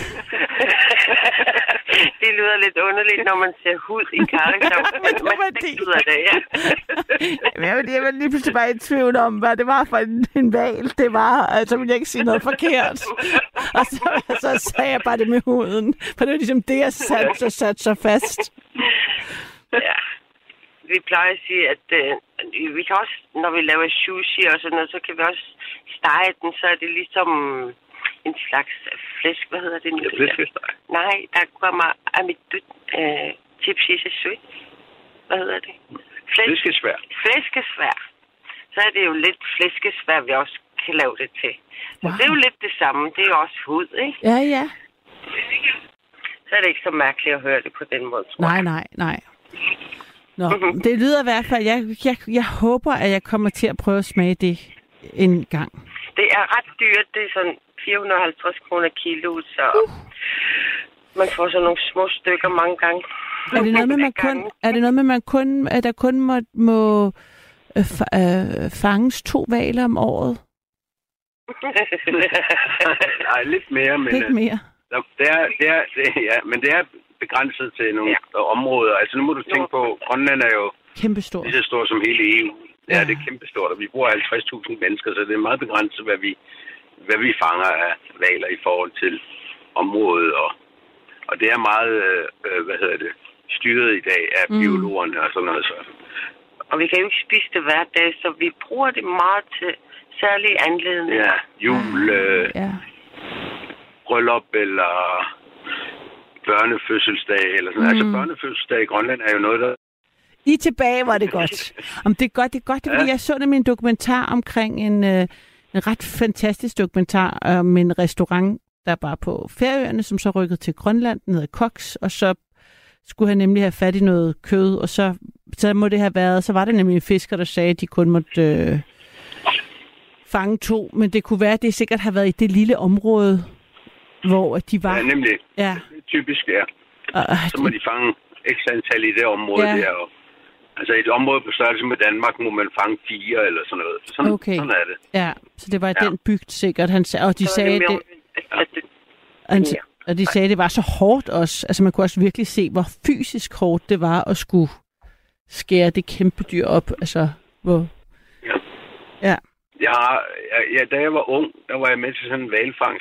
Det lyder lidt underligt, når man ser hud i karrysovs, men man lyder det, ja. Jeg var lige pludselig bare i tvivl om, hvad det var for en hval. Det var, altså ville jeg ikke sige noget forkert. Og så sagde jeg bare det med huden, for det var ligesom det, jeg satte så fast. Ja. vi plejer at sige, at vi kan også, når vi laver sushi og sådan noget, så kan vi også stege den, så er det ligesom en slags flæsk. Hvad hedder det nu? Ja, flæskesteg. Nej, der kommer amidut tipsisesø. Hvad hedder det? Flæskesvær. Flæskesvær. Så er det jo lidt flæskesvær, vi også kan lave det til. Så det er jo lidt det samme. Det er jo også hud, ikke? Ja, ja. Så er det ikke så mærkeligt at høre det på den måde, tror jeg. Nej. Nå, det lyder i hvert fald... Jeg håber, at jeg kommer til at prøve at smage det en gang. Det er ret dyrt. Det er sådan 450 kroner kilo, så man får sådan nogle små stykker mange gange. Er det noget med, at der kun må fanges 2 hvaler om året? Nej, lidt mere. Men, lidt mere? Men det er begrænset til nogle områder. Altså nu må du tænke på, Grønland er jo kæmpestort. Lige så stort som hele EU. Ja, det er kæmpestort, og vi bor 50.000 mennesker, så det er meget begrænset, hvad vi fanger af hvaler i forhold til området. Og det er meget, styret i dag af biologerne og sådan noget. Så. Og vi kan jo ikke spise det hver dag, så vi bruger det meget til særlige anledninger. Ja, jul, bryllup eller børnefødselsdag eller sådan. Altså børnefødselsdag i Grønland er jo noget, der... I tilbage var det godt. Om det er godt, fordi jeg så nemlig en dokumentar omkring en ret fantastisk dokumentar om en restaurant, der var på Færøerne, som så rykkede til Grønland, ned ad Koks, og så skulle han nemlig have fat i noget kød, og så må det have været, så var der nemlig en fisker, der sagde, at de kun måtte fange 2, men det kunne være, at det sikkert har været i det lille område, hvor de var... Ja, nemlig. Ja. Typisk, ja. Så må de fange x antal i det område der, og altså et område på størrelse med Danmark må man fange 4 eller sådan noget. Sådan er det. Ja, så det var i den bygd sikkert. Og de sagde det... Og de sagde, at det var så hårdt også. Altså man kunne også virkelig se, hvor fysisk hårdt det var at skulle skære det kæmpe dyr op. Altså, hvor... Ja. Da jeg var ung, der var jeg med til sådan en hvalfangst,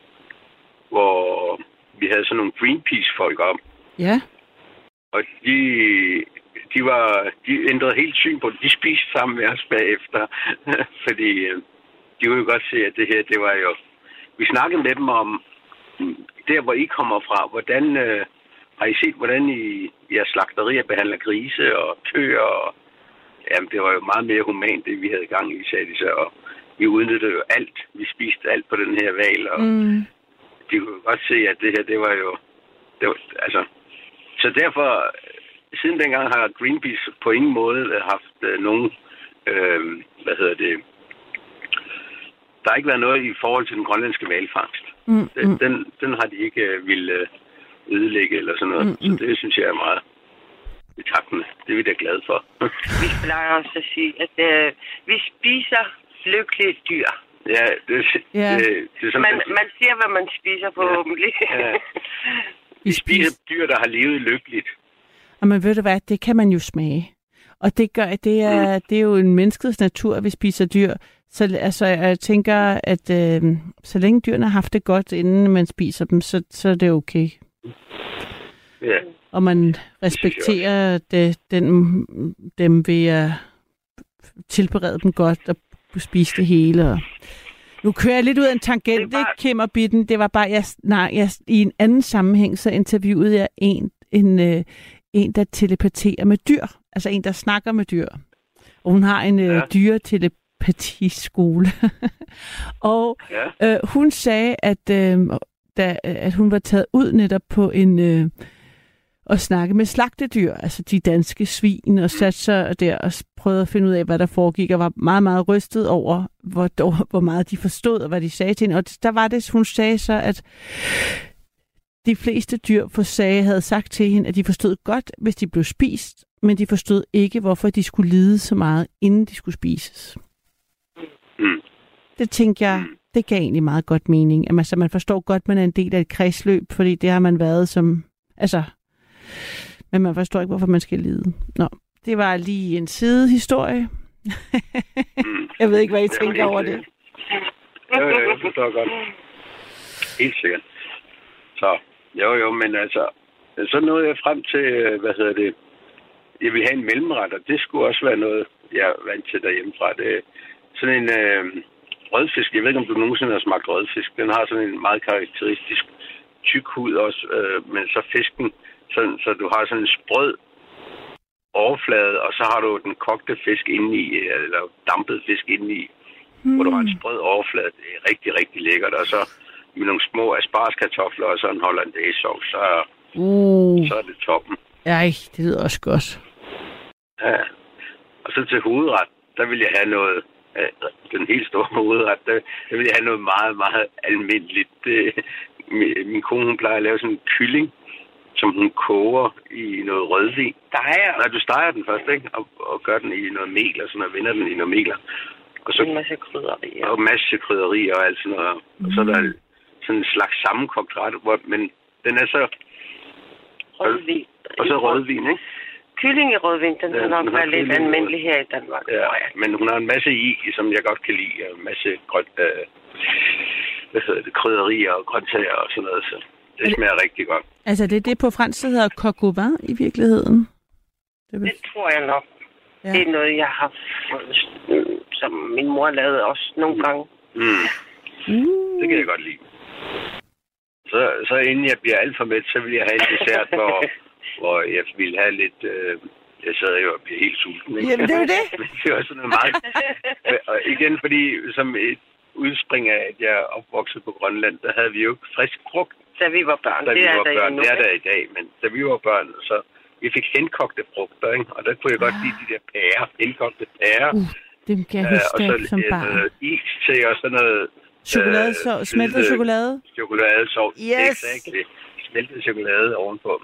hvor vi havde sådan nogle Greenpeace-folk op. Ja. Og de ændrede helt syn på det. De spiste sammen med os bagefter. Fordi de kunne jo godt se, at det her, det var jo... Vi snakkede med dem om, der hvor I kommer fra, hvordan har I set, hvordan I jeres slagterier behandler grise og køer? Og, jamen, det var jo meget mere humant, det vi havde i gang i, sagde de så. Og vi udnyttede jo alt. Vi spiste alt på den her hval. Og de kunne jo godt se, at det her, det var jo... altså... Så derfor... Siden dengang har Greenpeace på ingen måde haft nogen, der har ikke været noget i forhold til den grønlandske hvalfangst. Den har de ikke ville ødelægge eller sådan noget. Så det synes jeg er meget betakkende. Det er vi da glade for. Vi plejer også at sige, at vi spiser lykkelige dyr. Ja, det er sådan, man siger, hvad man spiser forhåbentlig. Ja. Vi spiser dyr, der har levet lykkeligt. Og man ved du hvad, det kan man jo smage. Og det er jo en menneskets natur, at vi spiser dyr. Så altså, jeg tænker, at så længe dyrene har haft det godt, inden man spiser dem, så er det okay. Ja. Og man respekterer dem ved at tilberede dem godt og spise det hele. Og nu kører jeg lidt ud af en tangent, ikke, Kim og Bitten? Det var bare, jeg i en anden sammenhæng, så interviewede jeg en, der telepaterer med dyr. Altså en, der snakker med dyr. Og hun har en dyretelepatiskole. Og hun sagde, at hun var taget ud netop på at snakke med slagtedyr, altså de danske svin, og satte sig der og prøvede at finde ud af, hvad der foregik, og var meget, meget rystet over, hvor meget de forstod, og hvad de sagde til hende. Og der var det, hun sagde så, at de fleste dyr havde sagt til hende, at de forstod godt, hvis de blev spist, men de forstod ikke, hvorfor de skulle lide så meget, inden de skulle spises. Det tænkte jeg, det gav egentlig meget godt mening. Altså, man forstår godt, at man er en del af et kredsløb, fordi det har man været som... Altså, men man forstår ikke, hvorfor man skal lide. Nå, det var lige en sidehistorie. Jeg ved ikke, hvad I tænker over det. Jeg forstår godt. Helt sikkert. Så, jo, men altså, så nåede jeg frem til, jeg ville have en mellemret, og det skulle også være noget, jeg er vant til derhjemmefra. Det er sådan en rødfisk. Jeg ved ikke, om du nogensinde har smagt rødfisk. Den har sådan en meget karakteristisk tyk hud også, men så fisken, så du har sådan en sprød overflade, og så har du den kogte fisk indeni, eller dampet fisk indeni, hvor du har en sprød overflade. Det er rigtig, rigtig lækkert. Og så med nogle små aspargeskartofler og så en hollandaisesauce, så er det toppen. Ej, det lyder også godt. Ja. Og så til hovedret, der vil jeg have noget, den helt store hovedret, der vil jeg have noget meget, meget almindeligt. Min kone, hun plejer at lave sådan en kylling, som hun koger i noget rødvin. Nej, du steger den først, ikke? Og gør den i noget mel, og sådan noget, vender den i noget mel. Og så en masse krydderier. Og en masse krydderier og alt sådan noget. Og så er der sådan en slags sammenkogt ret, men den er så... Rødvin. Og så rødvin, ikke? Kylling i rødvin, den er nok være lidt almindelig her i Danmark. Ja, men hun har en masse som jeg godt kan lide. Og en masse krydderier og grøntsager og sådan noget. Så det smager rigtig godt. Altså det på fransk, der hedder coq au vin i virkeligheden? Det tror jeg nok. Ja. Det er noget, jeg har fået, som min mor lavede også nogle gange. Det kan jeg godt lide. Så inden jeg bliver alt for mæt, så vil jeg have en dessert, hvor jeg vil have lidt... jeg sad jo og bliver helt sulten. Ikke? Jamen, det er det. Det var sådan noget meget... Og igen, fordi som et udspring af, at jeg er opvokset på Grønland, der havde vi jo ikke frisk frugt. Da vi var børn. Det er der i dag, men da vi var børn, så vi fik henkogte frugter, ikke? Og der kunne jeg godt lide de der pærer, henkogte pærer. Dem kan jeg huske som barn. Og så is til, og sådan noget... Chokoladesovs, smeltet chokolade? Chokoladesovs, yes! Exactly. Smeltet chokolade ovenpå.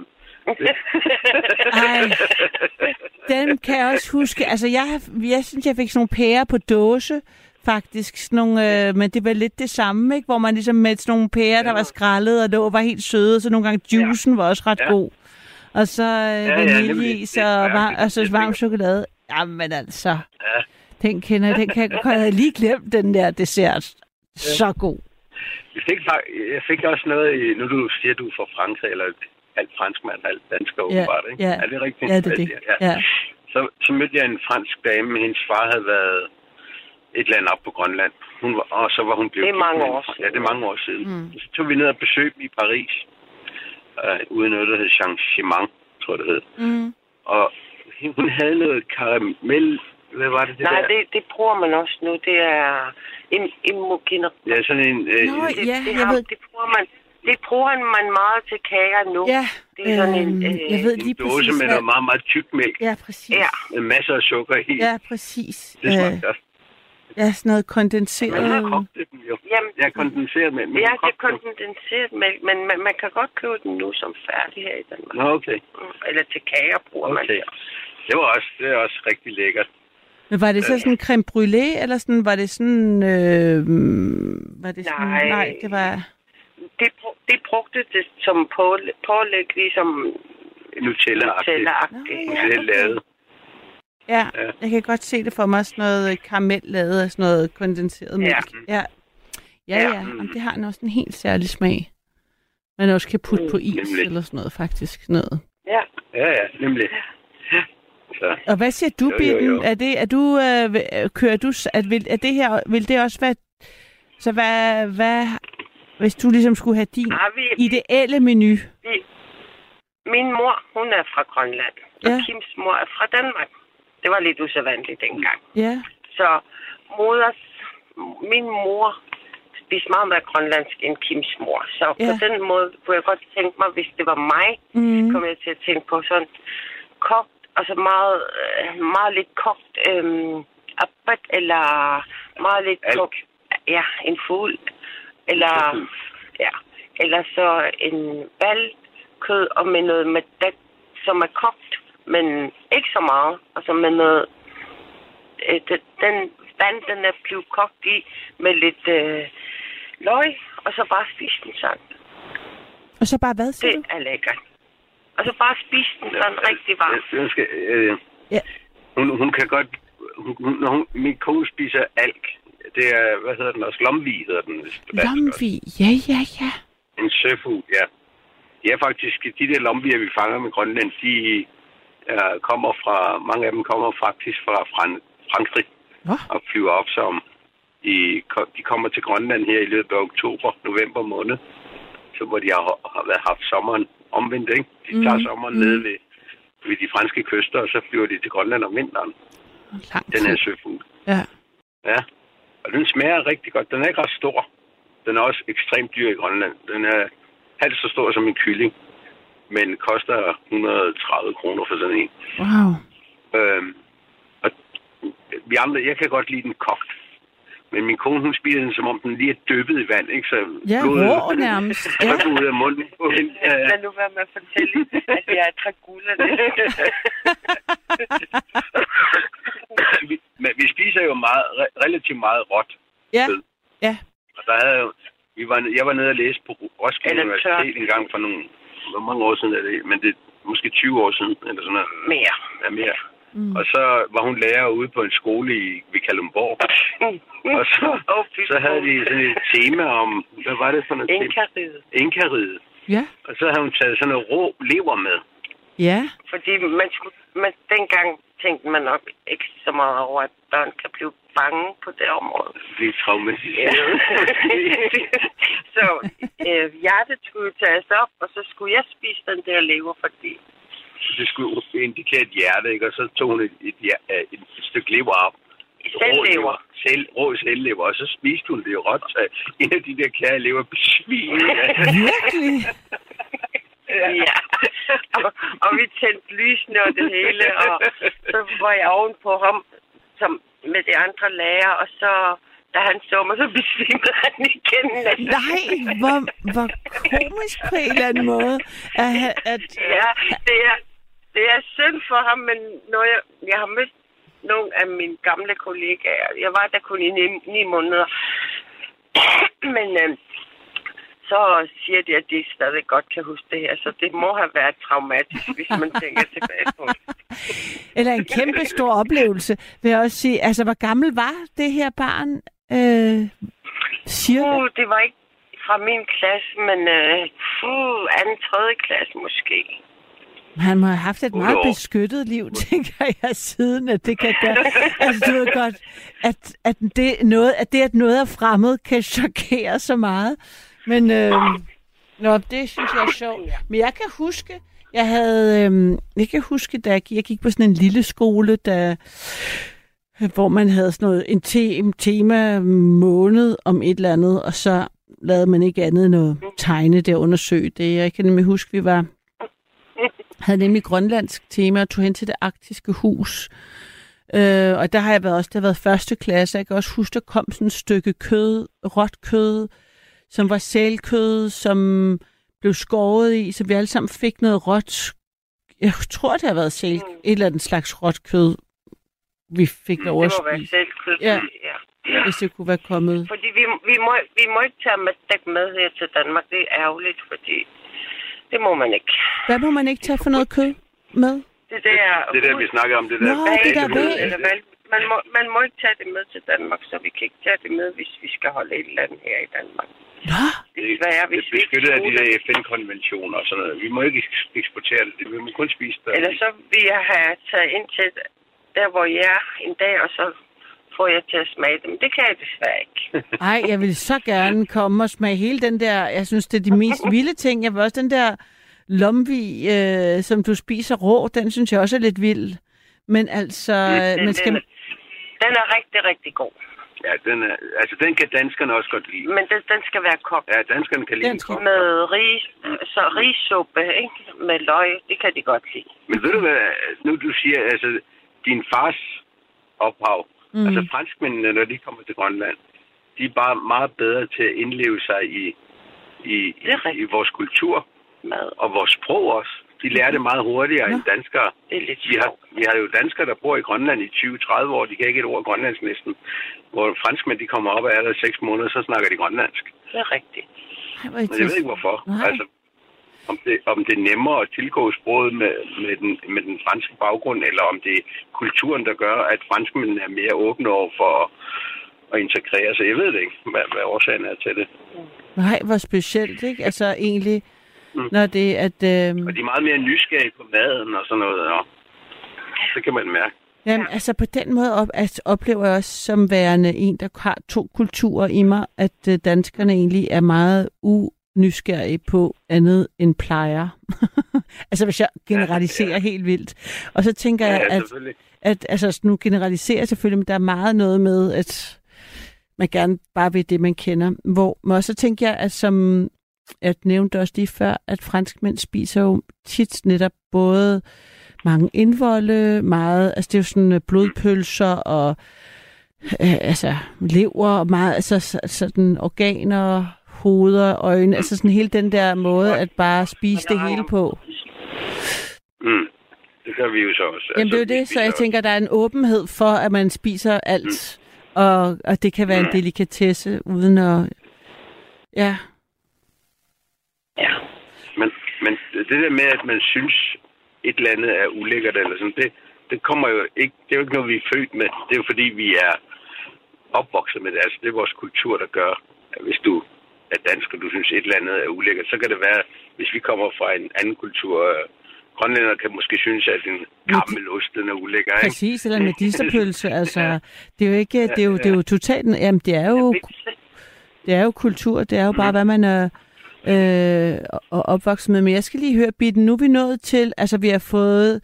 Ej, den kan jeg også huske. Altså, jeg synes, jeg fik sådan nogle pærer på dåse, faktisk. Sådan nogle, men det var lidt det samme, ikke? Hvor man ligesom med sådan nogle pærer, der var skrællet, og det var helt søde, og så nogle gange juicen var også ret god. Og så vaniljeis og så varm chokolade. Jamen altså, den kan jeg lige glemme, den der dessert. Så god. Jeg fik også noget, nu du siger, du er fra Frankrig, eller halvt franskmand, halvt dansker åbenbart, ikke? Ja. Er det rigtigt? Ja, det er det. Ja. Så mødte jeg en fransk dame, hendes far havde været et eller andet op på Grønland. Og så var hun blevet... Det er mange år siden. Ja, det er mange år siden. Så tog vi ned og besøgte i Paris, ude noget, der hed Saint-Germain, tror jeg, det hed. Og hun havde noget karamel... Hvad var det Nej, der? det bruger man også nu. Det er imogener. Ja, sådan en... Det bruger man meget til kager nu. Ja, det er sådan jeg ved lige en dåse med noget meget, meget tyk mælk. Ja, præcis. Ja. Med masser af sukker i. Ja, præcis. Det smager godt. Ja, sådan noget kondenseret. Man har kogt det jo. Jamen, det er kondenseret mælk. Ja, det er kondenseret mælk, men man kan godt købe den nu som færdig her i Danmark. Nå, okay. Eller til kager bruger man det. Det er også rigtig lækkert. Men var det så sådan en creme brûlée, eller sådan, var det sådan... Nej, det var... Det brugte det som pålæg, ligesom Nutella-agtigt. Nutella-lavet. Ja, jeg kan godt se det for mig, sådan noget karamel lavet af sådan noget kondenseret mælk. Ja. Jamen, det har den også en helt særlig smag. Man også kan putte på is nemlig. Eller sådan noget, faktisk. Noget. Ja, nemlig. Så. Og hvad siger du, Bitten? Kører du, vil det også være, så hvad, hvis du ligesom skulle have din ideelle menu? Min mor, hun er fra Grønland, og Kims mor er fra Danmark. Det var lidt usædvanligt dengang. Ja. Så min mor spiste meget mere grønlandsk end Kims mor. Så på den måde kunne jeg godt tænke mig, hvis det var mig, kom jeg til at tænke på sådan kogt, altså meget lidt kogt abat, eller meget lidt kogt, en fugl, eller så en valkød, og med noget med det, som er kogt, men ikke så meget, altså med noget, den vand, den er blevet kogt i, med lidt løg, og så bare spise den sådan. Og så bare hvad, siger du? Det er lækkert. Og så bare spise den sådan rigtig varm. Hun kan godt... Min kone spiser alk. Det er, hvad hedder den også? Lomvi hedder den. Lomvi, ja. En søfugl, ja. Det er faktisk... De der lomvier, vi fanger med Grønland, de mange af dem kommer faktisk fra Frankrig og flyver op som de kommer til Grønland her i løbet af november måned, så hvor de har haft sommeren omvendt, ikke? De tager sommeren nede ved de franske kyster, og så flyver de til Grønland om vinteren. Den her søfugl. Ja. Og den smager rigtig godt. Den er ikke ret stor. Den er også ekstremt dyr i Grønland. Den er halvt så stor som en kylling, men koster 130 kroner for sådan en. Wow. Og vi andre, jeg kan godt lide den kogt. Men min kone, hun spiser den, som om den lige er dyppet i vand, ikke? Så rå nærmest. Så ud af munden på hende. Lad nu være med at fortælle, at jeg er tragulerne. Vi spiser jo relativt meget råt. Ja. Og der havde jeg var nede og læse på Roskilde Universitet en gang for hvor mange år siden er det? Men det er måske 20 år siden, eller sådan noget. Mere. Ja, mere. Og så var hun lærer ude på en skole ved Kalundborg. Og så havde de sådan et tema om, hvad var det for noget? Inkariget. Ja. Og så havde hun taget sådan noget rå lever med. Ja. Fordi dengang tænkte man nok ikke så meget over, at børn kan blive bange på det område. Blive traumatiseret. Så hjertet skulle tages op, og så skulle jeg spise den der lever, fordi det skulle indikere et hjerte, ikke? Og så tog hun et stykke lever op. Selvlever. Rå selvlever. Og så spiste hun det råt. Så en af de der kære lever besvimede. Virkelig? Ja. Og vi tændte lysene og det hele. Og så var jeg ovenpå ham med de andre lærer. Og så, da han så mig, så besvimede han igen. Nej, hvor komisk på en eller anden måde. Ja, det er synd for ham, men når jeg har mødt nogle af mine gamle kollegaer. Jeg var der kun i 9 måneder. Men så siger de, at de stadig godt kan huske det her. Så det må have været traumatisk, hvis man tænker tilbage på det. Eller en kæmpe stor oplevelse, vil jeg også sige. Altså, hvor gammel var det her barn? Det var ikke fra min klasse, men 2. 3. klasse måske. Han må have haft et meget beskyttet liv, tænker jeg, siden at det kan gøre. Altså, du ved godt, at noget er fremmed, kan chokere så meget. Men det synes jeg er sjovt. Men jeg kan huske, da jeg gik på sådan en lille skole, hvor man havde sådan noget en tema måned om et eller andet, og så lavede man ikke andet end noget tegne der, undersøge det. Jeg kan nemlig huske, vi havde nemlig grønlandsk tema og tog hen til det arktiske hus. Og der har jeg været første klasse. Jeg kan også huske, der kom sådan et stykke kød, råt kød, som var sælkød, som blev skåret i, så vi alle sammen fik noget råt. Jeg tror, det har været et eller andet slags råt kød, vi fik lov at spise. Det må være sælkød, ja. Hvis det kunne være kommet. Fordi vi må ikke tage med her til Danmark. Det er ærgerligt, fordi det må man ikke. Hvad må man ikke tage for noget kød med? Det der, vi snakker om. Det der. Nå, det der man må ikke tage det med til Danmark, så vi kan ikke tage det med, hvis vi skal holde et eller andet her i Danmark. Nå? Det er beskyttet af de der FN-konventioner og sådan noget. Vi må ikke eksportere det. Vi må kun spise det. Eller så vil jeg have taget ind til der, hvor jeg er en dag, og så får jeg til at smage dem. Det kan jeg desværre ikke. Ej, jeg vil så gerne komme og smage hele den der, jeg synes, det er de mest vilde ting. Jeg vil også den der lomvig, som du spiser rå, den synes jeg også er lidt vild. Men altså... Den er rigtig, rigtig god. Ja, den kan danskerne også godt lide. Men den skal være kogt. Ja, danskerne kan lide den kogt. Med rissuppe, ikke? Med løg, det kan de godt lide. Men ved du hvad, nu du siger, altså, din fars ophav, altså franskmændene, når de kommer til Grønland, de er bare meget bedre til at indleve sig i vores kultur og vores sprog også. De lærer det meget hurtigere end danskere. Vi har jo danskere, der bor i Grønland i 20-30 år. De kan ikke et ord grønlandsk næsten. Hvor franskmænd, de kommer op af aller 6 måneder, så snakker de grønlandsk. Det er rigtigt. Men jeg ved ikke hvorfor. Altså, om det er nemmere at tilgå sproget med den franske baggrund, eller om det er kulturen, der gør, at franskmændene er mere åbne over for at integrere sig. Jeg ved det ikke, hvad årsagen er til det. Nej, hvor specielt, ikke? Altså egentlig... Når det at, Og de er meget mere nysgerrige på maden og sådan noget. Det kan man mærke. Jamen, altså på den måde oplever jeg også som værende en, der har 2 kulturer i mig, at danskerne egentlig er meget nysgerrige på andet end plejer. Altså hvis jeg generaliserer helt vildt. Og så tænker jeg, at altså nu generaliserer jeg selvfølgelig, men der er meget noget med, at man gerne bare vil det, man kender. Og så tænker jeg, at som jeg nævnte også lige før, at franskmænd spiser jo tit netop både mange indvolde, meget, altså det er jo sådan blodpølser og altså lever og meget, altså sådan organer, hoveder, øjne, altså sådan hele den der måde at bare spise det hele på. Det gør vi jo så også. Jamen det er jo det, så jeg tænker, der er en åbenhed for, at man spiser alt, og det kan være en delikatesse, uden at... Ja. Men det der med, at man synes, et eller andet er ulækkert, eller sådan, det kommer jo ikke... Det er jo ikke noget, vi er født med. Det er jo fordi, vi er opvokset med det. Altså, det er vores kultur, der gør, at hvis du er dansk, og du synes, et eller andet er ulækkert, så kan det være, hvis vi kommer fra en anden kultur... Grønlænder kan måske synes, at en karamelost er ulækker, ikke? Præcis, eller med medisterpølse, altså... Det er jo ikke... Det er jo totalt... Jamen, det er jo kultur. Det er jo bare, hvad man er... og opvokset med. Men jeg skal lige høre, Bitten, nu er vi nået til, altså vi har fået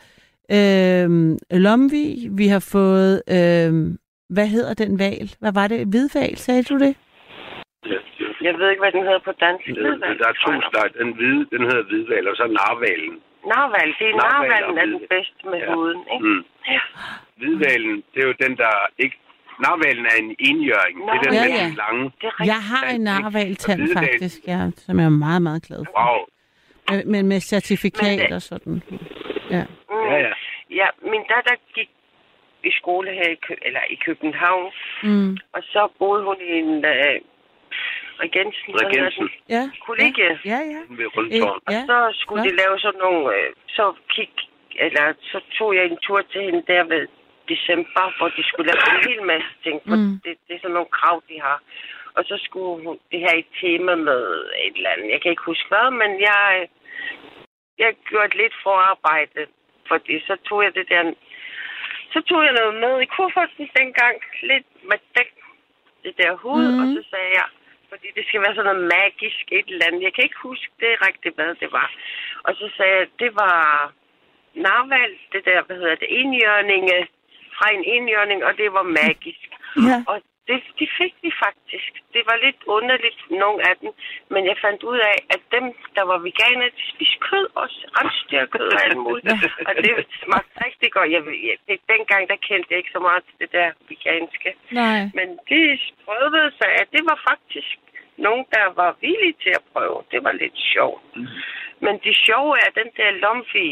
lomvi, vi har fået, hvad hedder den val? Hvad var det? Hvidval, sagde du det? Ja. Jeg ved ikke, hvad den hedder på dansk. Der er 2 slags. Den hedder hvidval, og så narvalen. Narval, narvalen er den bedste med huden, ikke? Ja. Hvidvalen, det er jo den, der ikke... Narvalen er en enhjørring. Det er den med den lange. Jeg har en narvaltand faktisk, som jeg er meget, meget glad for. Wow. Men med certifikat og sådan. Ja. Ja, min datter gik i skole her i København, og så boede hun i en Regensen. Ja. Kollegie. Ja. Og så skulle de lave sådan nogle, så tog jeg en tur til hende der ved december, hvor de skulle lave en hel masse ting, for det er sådan nogle krav, de har. Og så skulle hun det her et tema med et eller andet. Jeg kan ikke huske hvad, men jeg gjorde lidt forarbejde, fordi så tog jeg noget med i kufferten dengang, lidt med det der hud, og så sagde jeg, fordi det skal være sådan noget magisk et eller andet. Jeg kan ikke huske det rigtigt, hvad det var. Og så sagde jeg, det var narval, det der, enhjørninge, fra en enhjørning, og det var magisk. Ja. Og det fik vi faktisk. Det var lidt underligt, nogle af dem, men jeg fandt ud af, at dem, der var veganer, de spiste kød også, rensdyrkød og alt muligt. Og det smagte rigtig godt. Dengang, der kendte jeg ikke så meget til det der veganske. Nej. Men de prøvede sig, at det var faktisk nogen, der var villige til at prøve. Det var lidt sjovt. Men det sjove er, den der lomvi,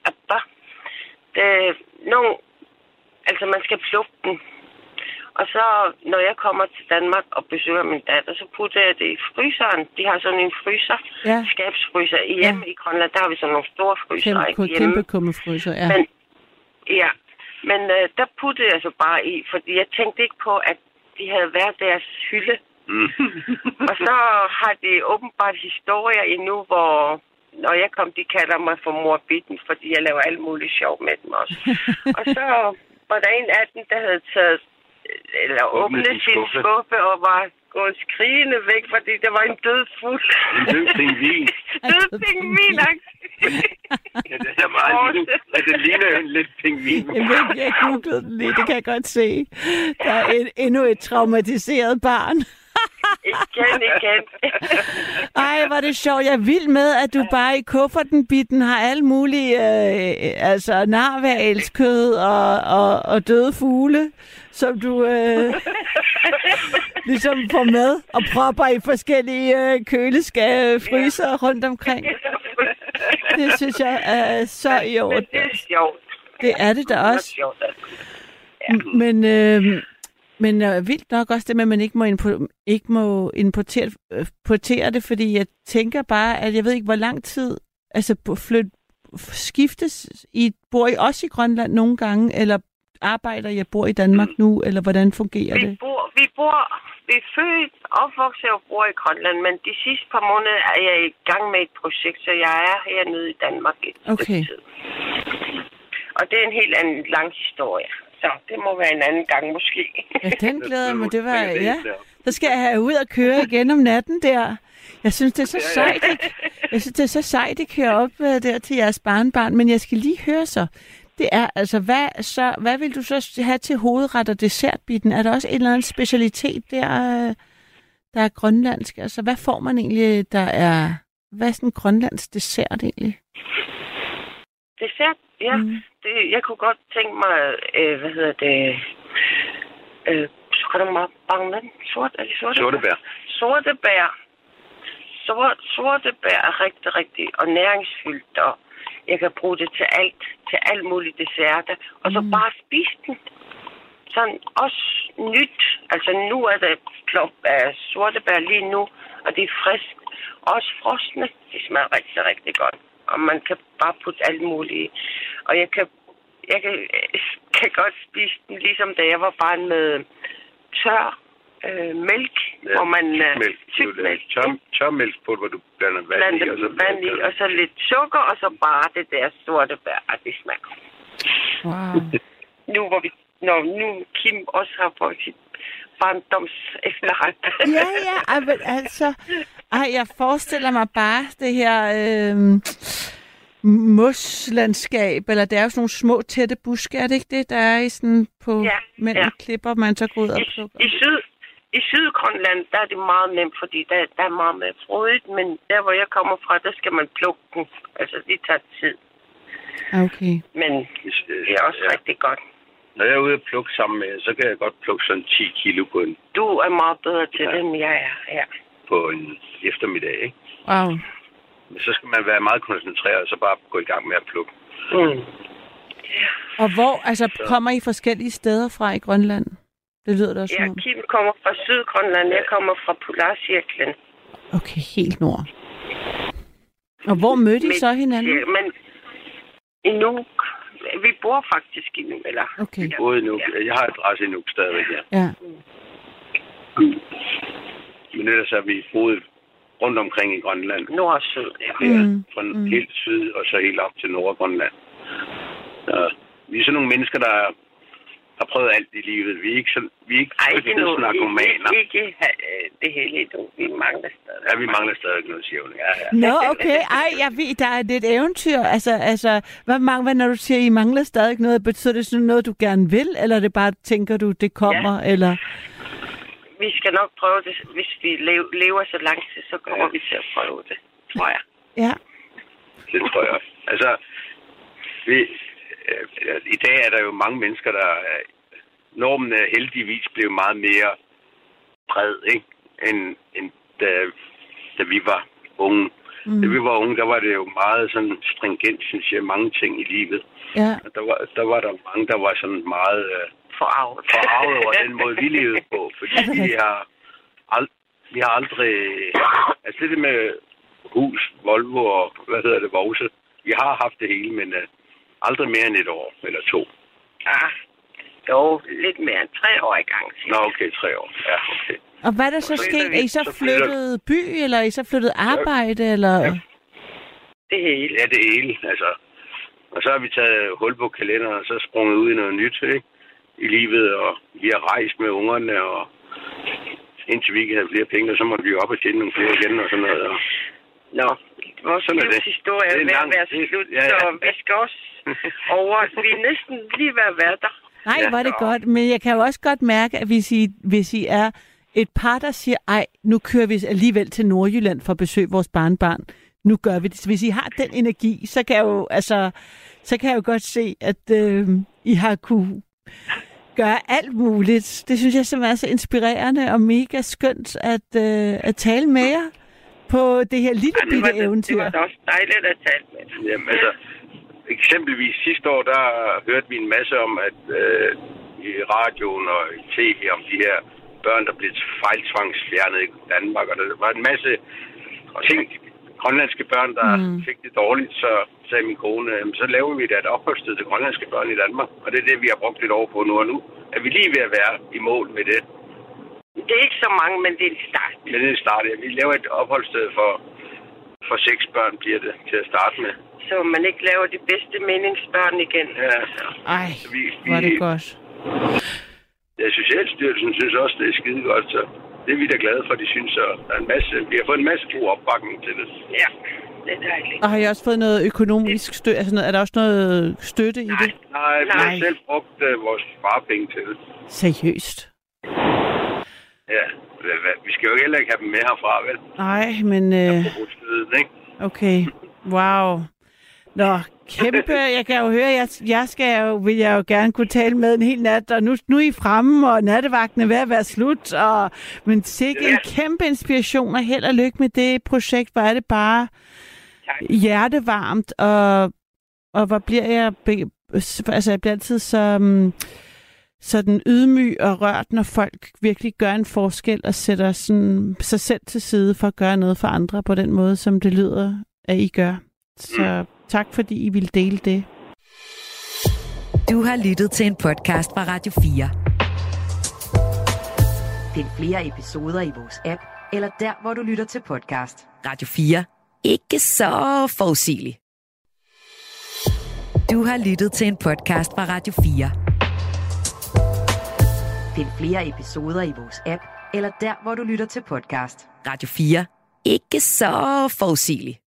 altså man skal plukke den. Og så, når jeg kommer til Danmark og besøger min datter, så putter jeg det i fryseren. De har sådan en fryser, skabsfryser. Hjemme i Grønland, der har vi sådan nogle store fryser. Kæmpe kummefryser, ja. Men der puttede jeg så bare i, fordi jeg tænkte ikke på, at de havde været deres hylde. Og så har de åbenbart historier endnu, hvor... Når jeg kom, de kalder mig for mor Bitten, fordi jeg laver alt muligt sjov med dem også. Og så var der en af dem, der havde taget, eller åbnet sin skuffe og var gået skrigende væk, fordi der var en død fugl. En død pingvin. Død pingvin, ja, det er meget lille. Det ligner jo en lidt pingvin. Jeg googlede den lige, det kan jeg godt se. Der er endnu et traumatiseret barn. Igen. Ej, var det sjovt. Jeg er vild med, at du bare i kufferten, Bitten, har alle mulige narvalskød og døde fugle, som du ligesom får med og propper i forskellige fryser rundt omkring. Det synes jeg er så i orden. Det er sjovt. Det er det da også. Men vildt nok også det med, at man ikke må importere det, fordi jeg tænker bare, at jeg ved ikke, hvor lang tid skiftes. Bor I også i Grønland nogle gange, eller arbejder I bor i Danmark nu, eller hvordan fungerer det? Vi er født, opvokset og bor i Grønland, men de sidste par måneder er jeg i gang med et projekt, så jeg er hernede i Danmark et stykke tid. Og det er en helt anden lang historie. Så det må være en anden gang måske. Ja, den glæder mig. Det var, ja. Så skal jeg have ud og køre igen om natten der. Jeg synes, det er så sejt. Jeg synes, det er så sejt, at køre op der til jeres barnbarn. Men jeg skal lige høre så. Det er altså, hvad vil du så have til hovedret og dessertbiten? Er der også en eller anden specialitet der er grønlandsk? Altså, hvad får man egentlig, hvad er sådan en grønlandsk dessert egentlig? Dessert? Ja. Jeg kunne godt tænke mig, så kan du meget bange sortebær. Sortebær er rigtig, rigtig og næringsfyldt, og jeg kan bruge det til alt muligt desserter, og så bare spise den. Sådan også nyt. Altså nu er der pluk af sortebær lige nu, og det er frisk. Også frosne. Det smager rigtig, rigtig godt. Og man kan bare putte alt muligt. Og jeg kan godt spise den, ligesom da jeg var barn med tør mælk, hvor man tykmælk. Tørmælk på, hvor du blander vand i, og så lidt sukker, og så bare det der sortebær, og det smager. Wow. Nu Kim også har fået sit barndoms efterret. Ja, men altså, jeg forestiller mig bare det her moslandskab, eller det er jo sådan nogle små, tætte buske, er det ikke det, der er i sådan på mellem klipper, man så går ud og plukker? I Sydgrønland, der er det meget nemt, fordi der er meget mere frodigt, men der, hvor jeg kommer fra, der skal man plukke den. Altså, det tager tid. Okay. Men det er også rigtig godt. Når jeg er ude og plukke sammen med, så kan jeg godt plukke sådan 10 kilo på en... Du er meget bedre til det, end jeg er, ja. På en eftermiddag, ikke? Wow. Men så skal man være meget koncentreret, og så bare gå i gang med at plukke. Og kommer I forskellige steder fra i Grønland? Det lyder da også som. Kim kommer fra Sydgrønland, jeg kommer fra Polarcirklen. Okay, helt nord. Og hvor mødte I så hinanden? Men i Nuuk. Vi bor faktisk i Nuuk, eller? Okay. Vi bor i Nuuk. Ja. Jeg har adresse i Nuuk stadigvæk, ja. Men ellers har vi boet rundt omkring i Grønland. Nord og syd, ja. Fra helt syd og så helt op til Nordgrønland. Vi er sådan nogle mennesker, der har prøvet alt i livet. Vi er ikke narkomaner. Ikke det hele endnu. Vi mangler stadig. Ja, vi mangler stadig noget sjævning. Ja. Nå, okay. Der er lidt eventyr. Altså, hvad når du siger, I mangler stadig noget, betyder det sådan noget, du gerne vil? Eller er det bare, tænker du, det kommer? Ja. Eller? Vi skal nok prøve det. Hvis vi lever så lang tid, så kommer vi til at prøve det, tror jeg. Ja. Det tror jeg også. Altså, i dag er der jo mange mennesker, der normen er heldigvis blevet meget mere bred, ikke? End da vi var unge. Da vi var unge, der var det jo meget sådan stringent, synes jeg, mange ting i livet. Ja. Der var der mange, der var sådan meget forarvet over den måde, vi levede på. Fordi vi har aldrig... Altså det med hus, Volvo og, Vause. Vi har haft det hele, men aldrig mere end 1 år eller 2. Jo, lidt mere end 3 år i gang. Nå, okay, 3 år. Ja, okay. Og hvad er der så sket? Er I så flyttet by, eller er I så flyttet arbejde, eller? Ja. Det hele. Ja, det hele, altså. Og så har vi taget hul på kalenderen, og så sprunget ud i noget nyt, ikke? I livet, og vi har rejst med ungerne, og indtil vi ikke havde flere penge, og så måtte vi jo op og tjene nogle flere igen, og sådan noget. Og... Nå, vores livshistorie er ved at være slut, så vi skal også over. Vi er næsten lige ved at være der. Nej, var det godt, men jeg kan jo også godt mærke, at hvis I er et par, der siger, nu kører vi alligevel til Nordjylland for at besøge vores barnbarn, nu gør vi det. Så hvis I har den energi, så kan jeg jo godt se, at I har kunne gøre alt muligt. Det synes jeg simpelthen er så inspirerende og mega skønt at tale med jer på det her lille bitte eventyr. Det var da også dejligt at tale med. Jamen altså, eksempelvis sidste år, der hørte vi en masse om, at i radioen og i tv om de her børn, der blev fejltvangsfjernet i Danmark, og der var en masse ting, grønlandske børn, der fik det dårligt, så sagde min kone, så laver vi da et opholdssted til grønlandske børn i Danmark, og det er det, vi har brugt lidt over på nu, og nu er vi lige ved at være i mål med det. Det er ikke så mange, men det er en start. Men det er en start, ja. Vi laver et opholdssted for 6 børn, bliver det til at starte med. så man ikke laver de bedste meningsbørn igen. Ja. Ej, hvor er det godt. Ja, Socialstyrelsen synes også, det er skide godt, så det er vi da glade for, de synes. Og der er vi har fået en masse god opbakning til det. Ja, det er dejligt. Og har I også fået noget økonomisk støtte? Altså, er der også noget støtte i det? Nej, vi har selv brugt vores sparepenge til det. Seriøst? Ja, vi skal jo heller ikke have dem med herfra, vel? Nej, men... Okay, wow. Nå, kæmpe. Jeg kan jo høre, vil jeg jo gerne kunne tale med en hel nat, og nu er I fremme, og nattevagten er ved at være slut, men sikkert en kæmpe inspiration, og held og lykke med det projekt. Hvor er det bare hjertevarmt, og hvor bliver jeg... Altså, jeg bliver altid sådan ydmyg og rørt, når folk virkelig gør en forskel og sætter sådan sig selv til side for at gøre noget for andre på den måde, som det lyder, at I gør. Så tak, fordi I ville dele det. Du har lyttet til en podcast fra Radio 4. Find flere episoder i vores app, eller der, hvor du lytter til podcast. Radio 4. Ikke så forudsigeligt. Du har lyttet til en podcast fra Radio 4. Find flere episoder i vores app, eller der, hvor du lytter til podcast. Radio 4. Ikke så forudsigeligt.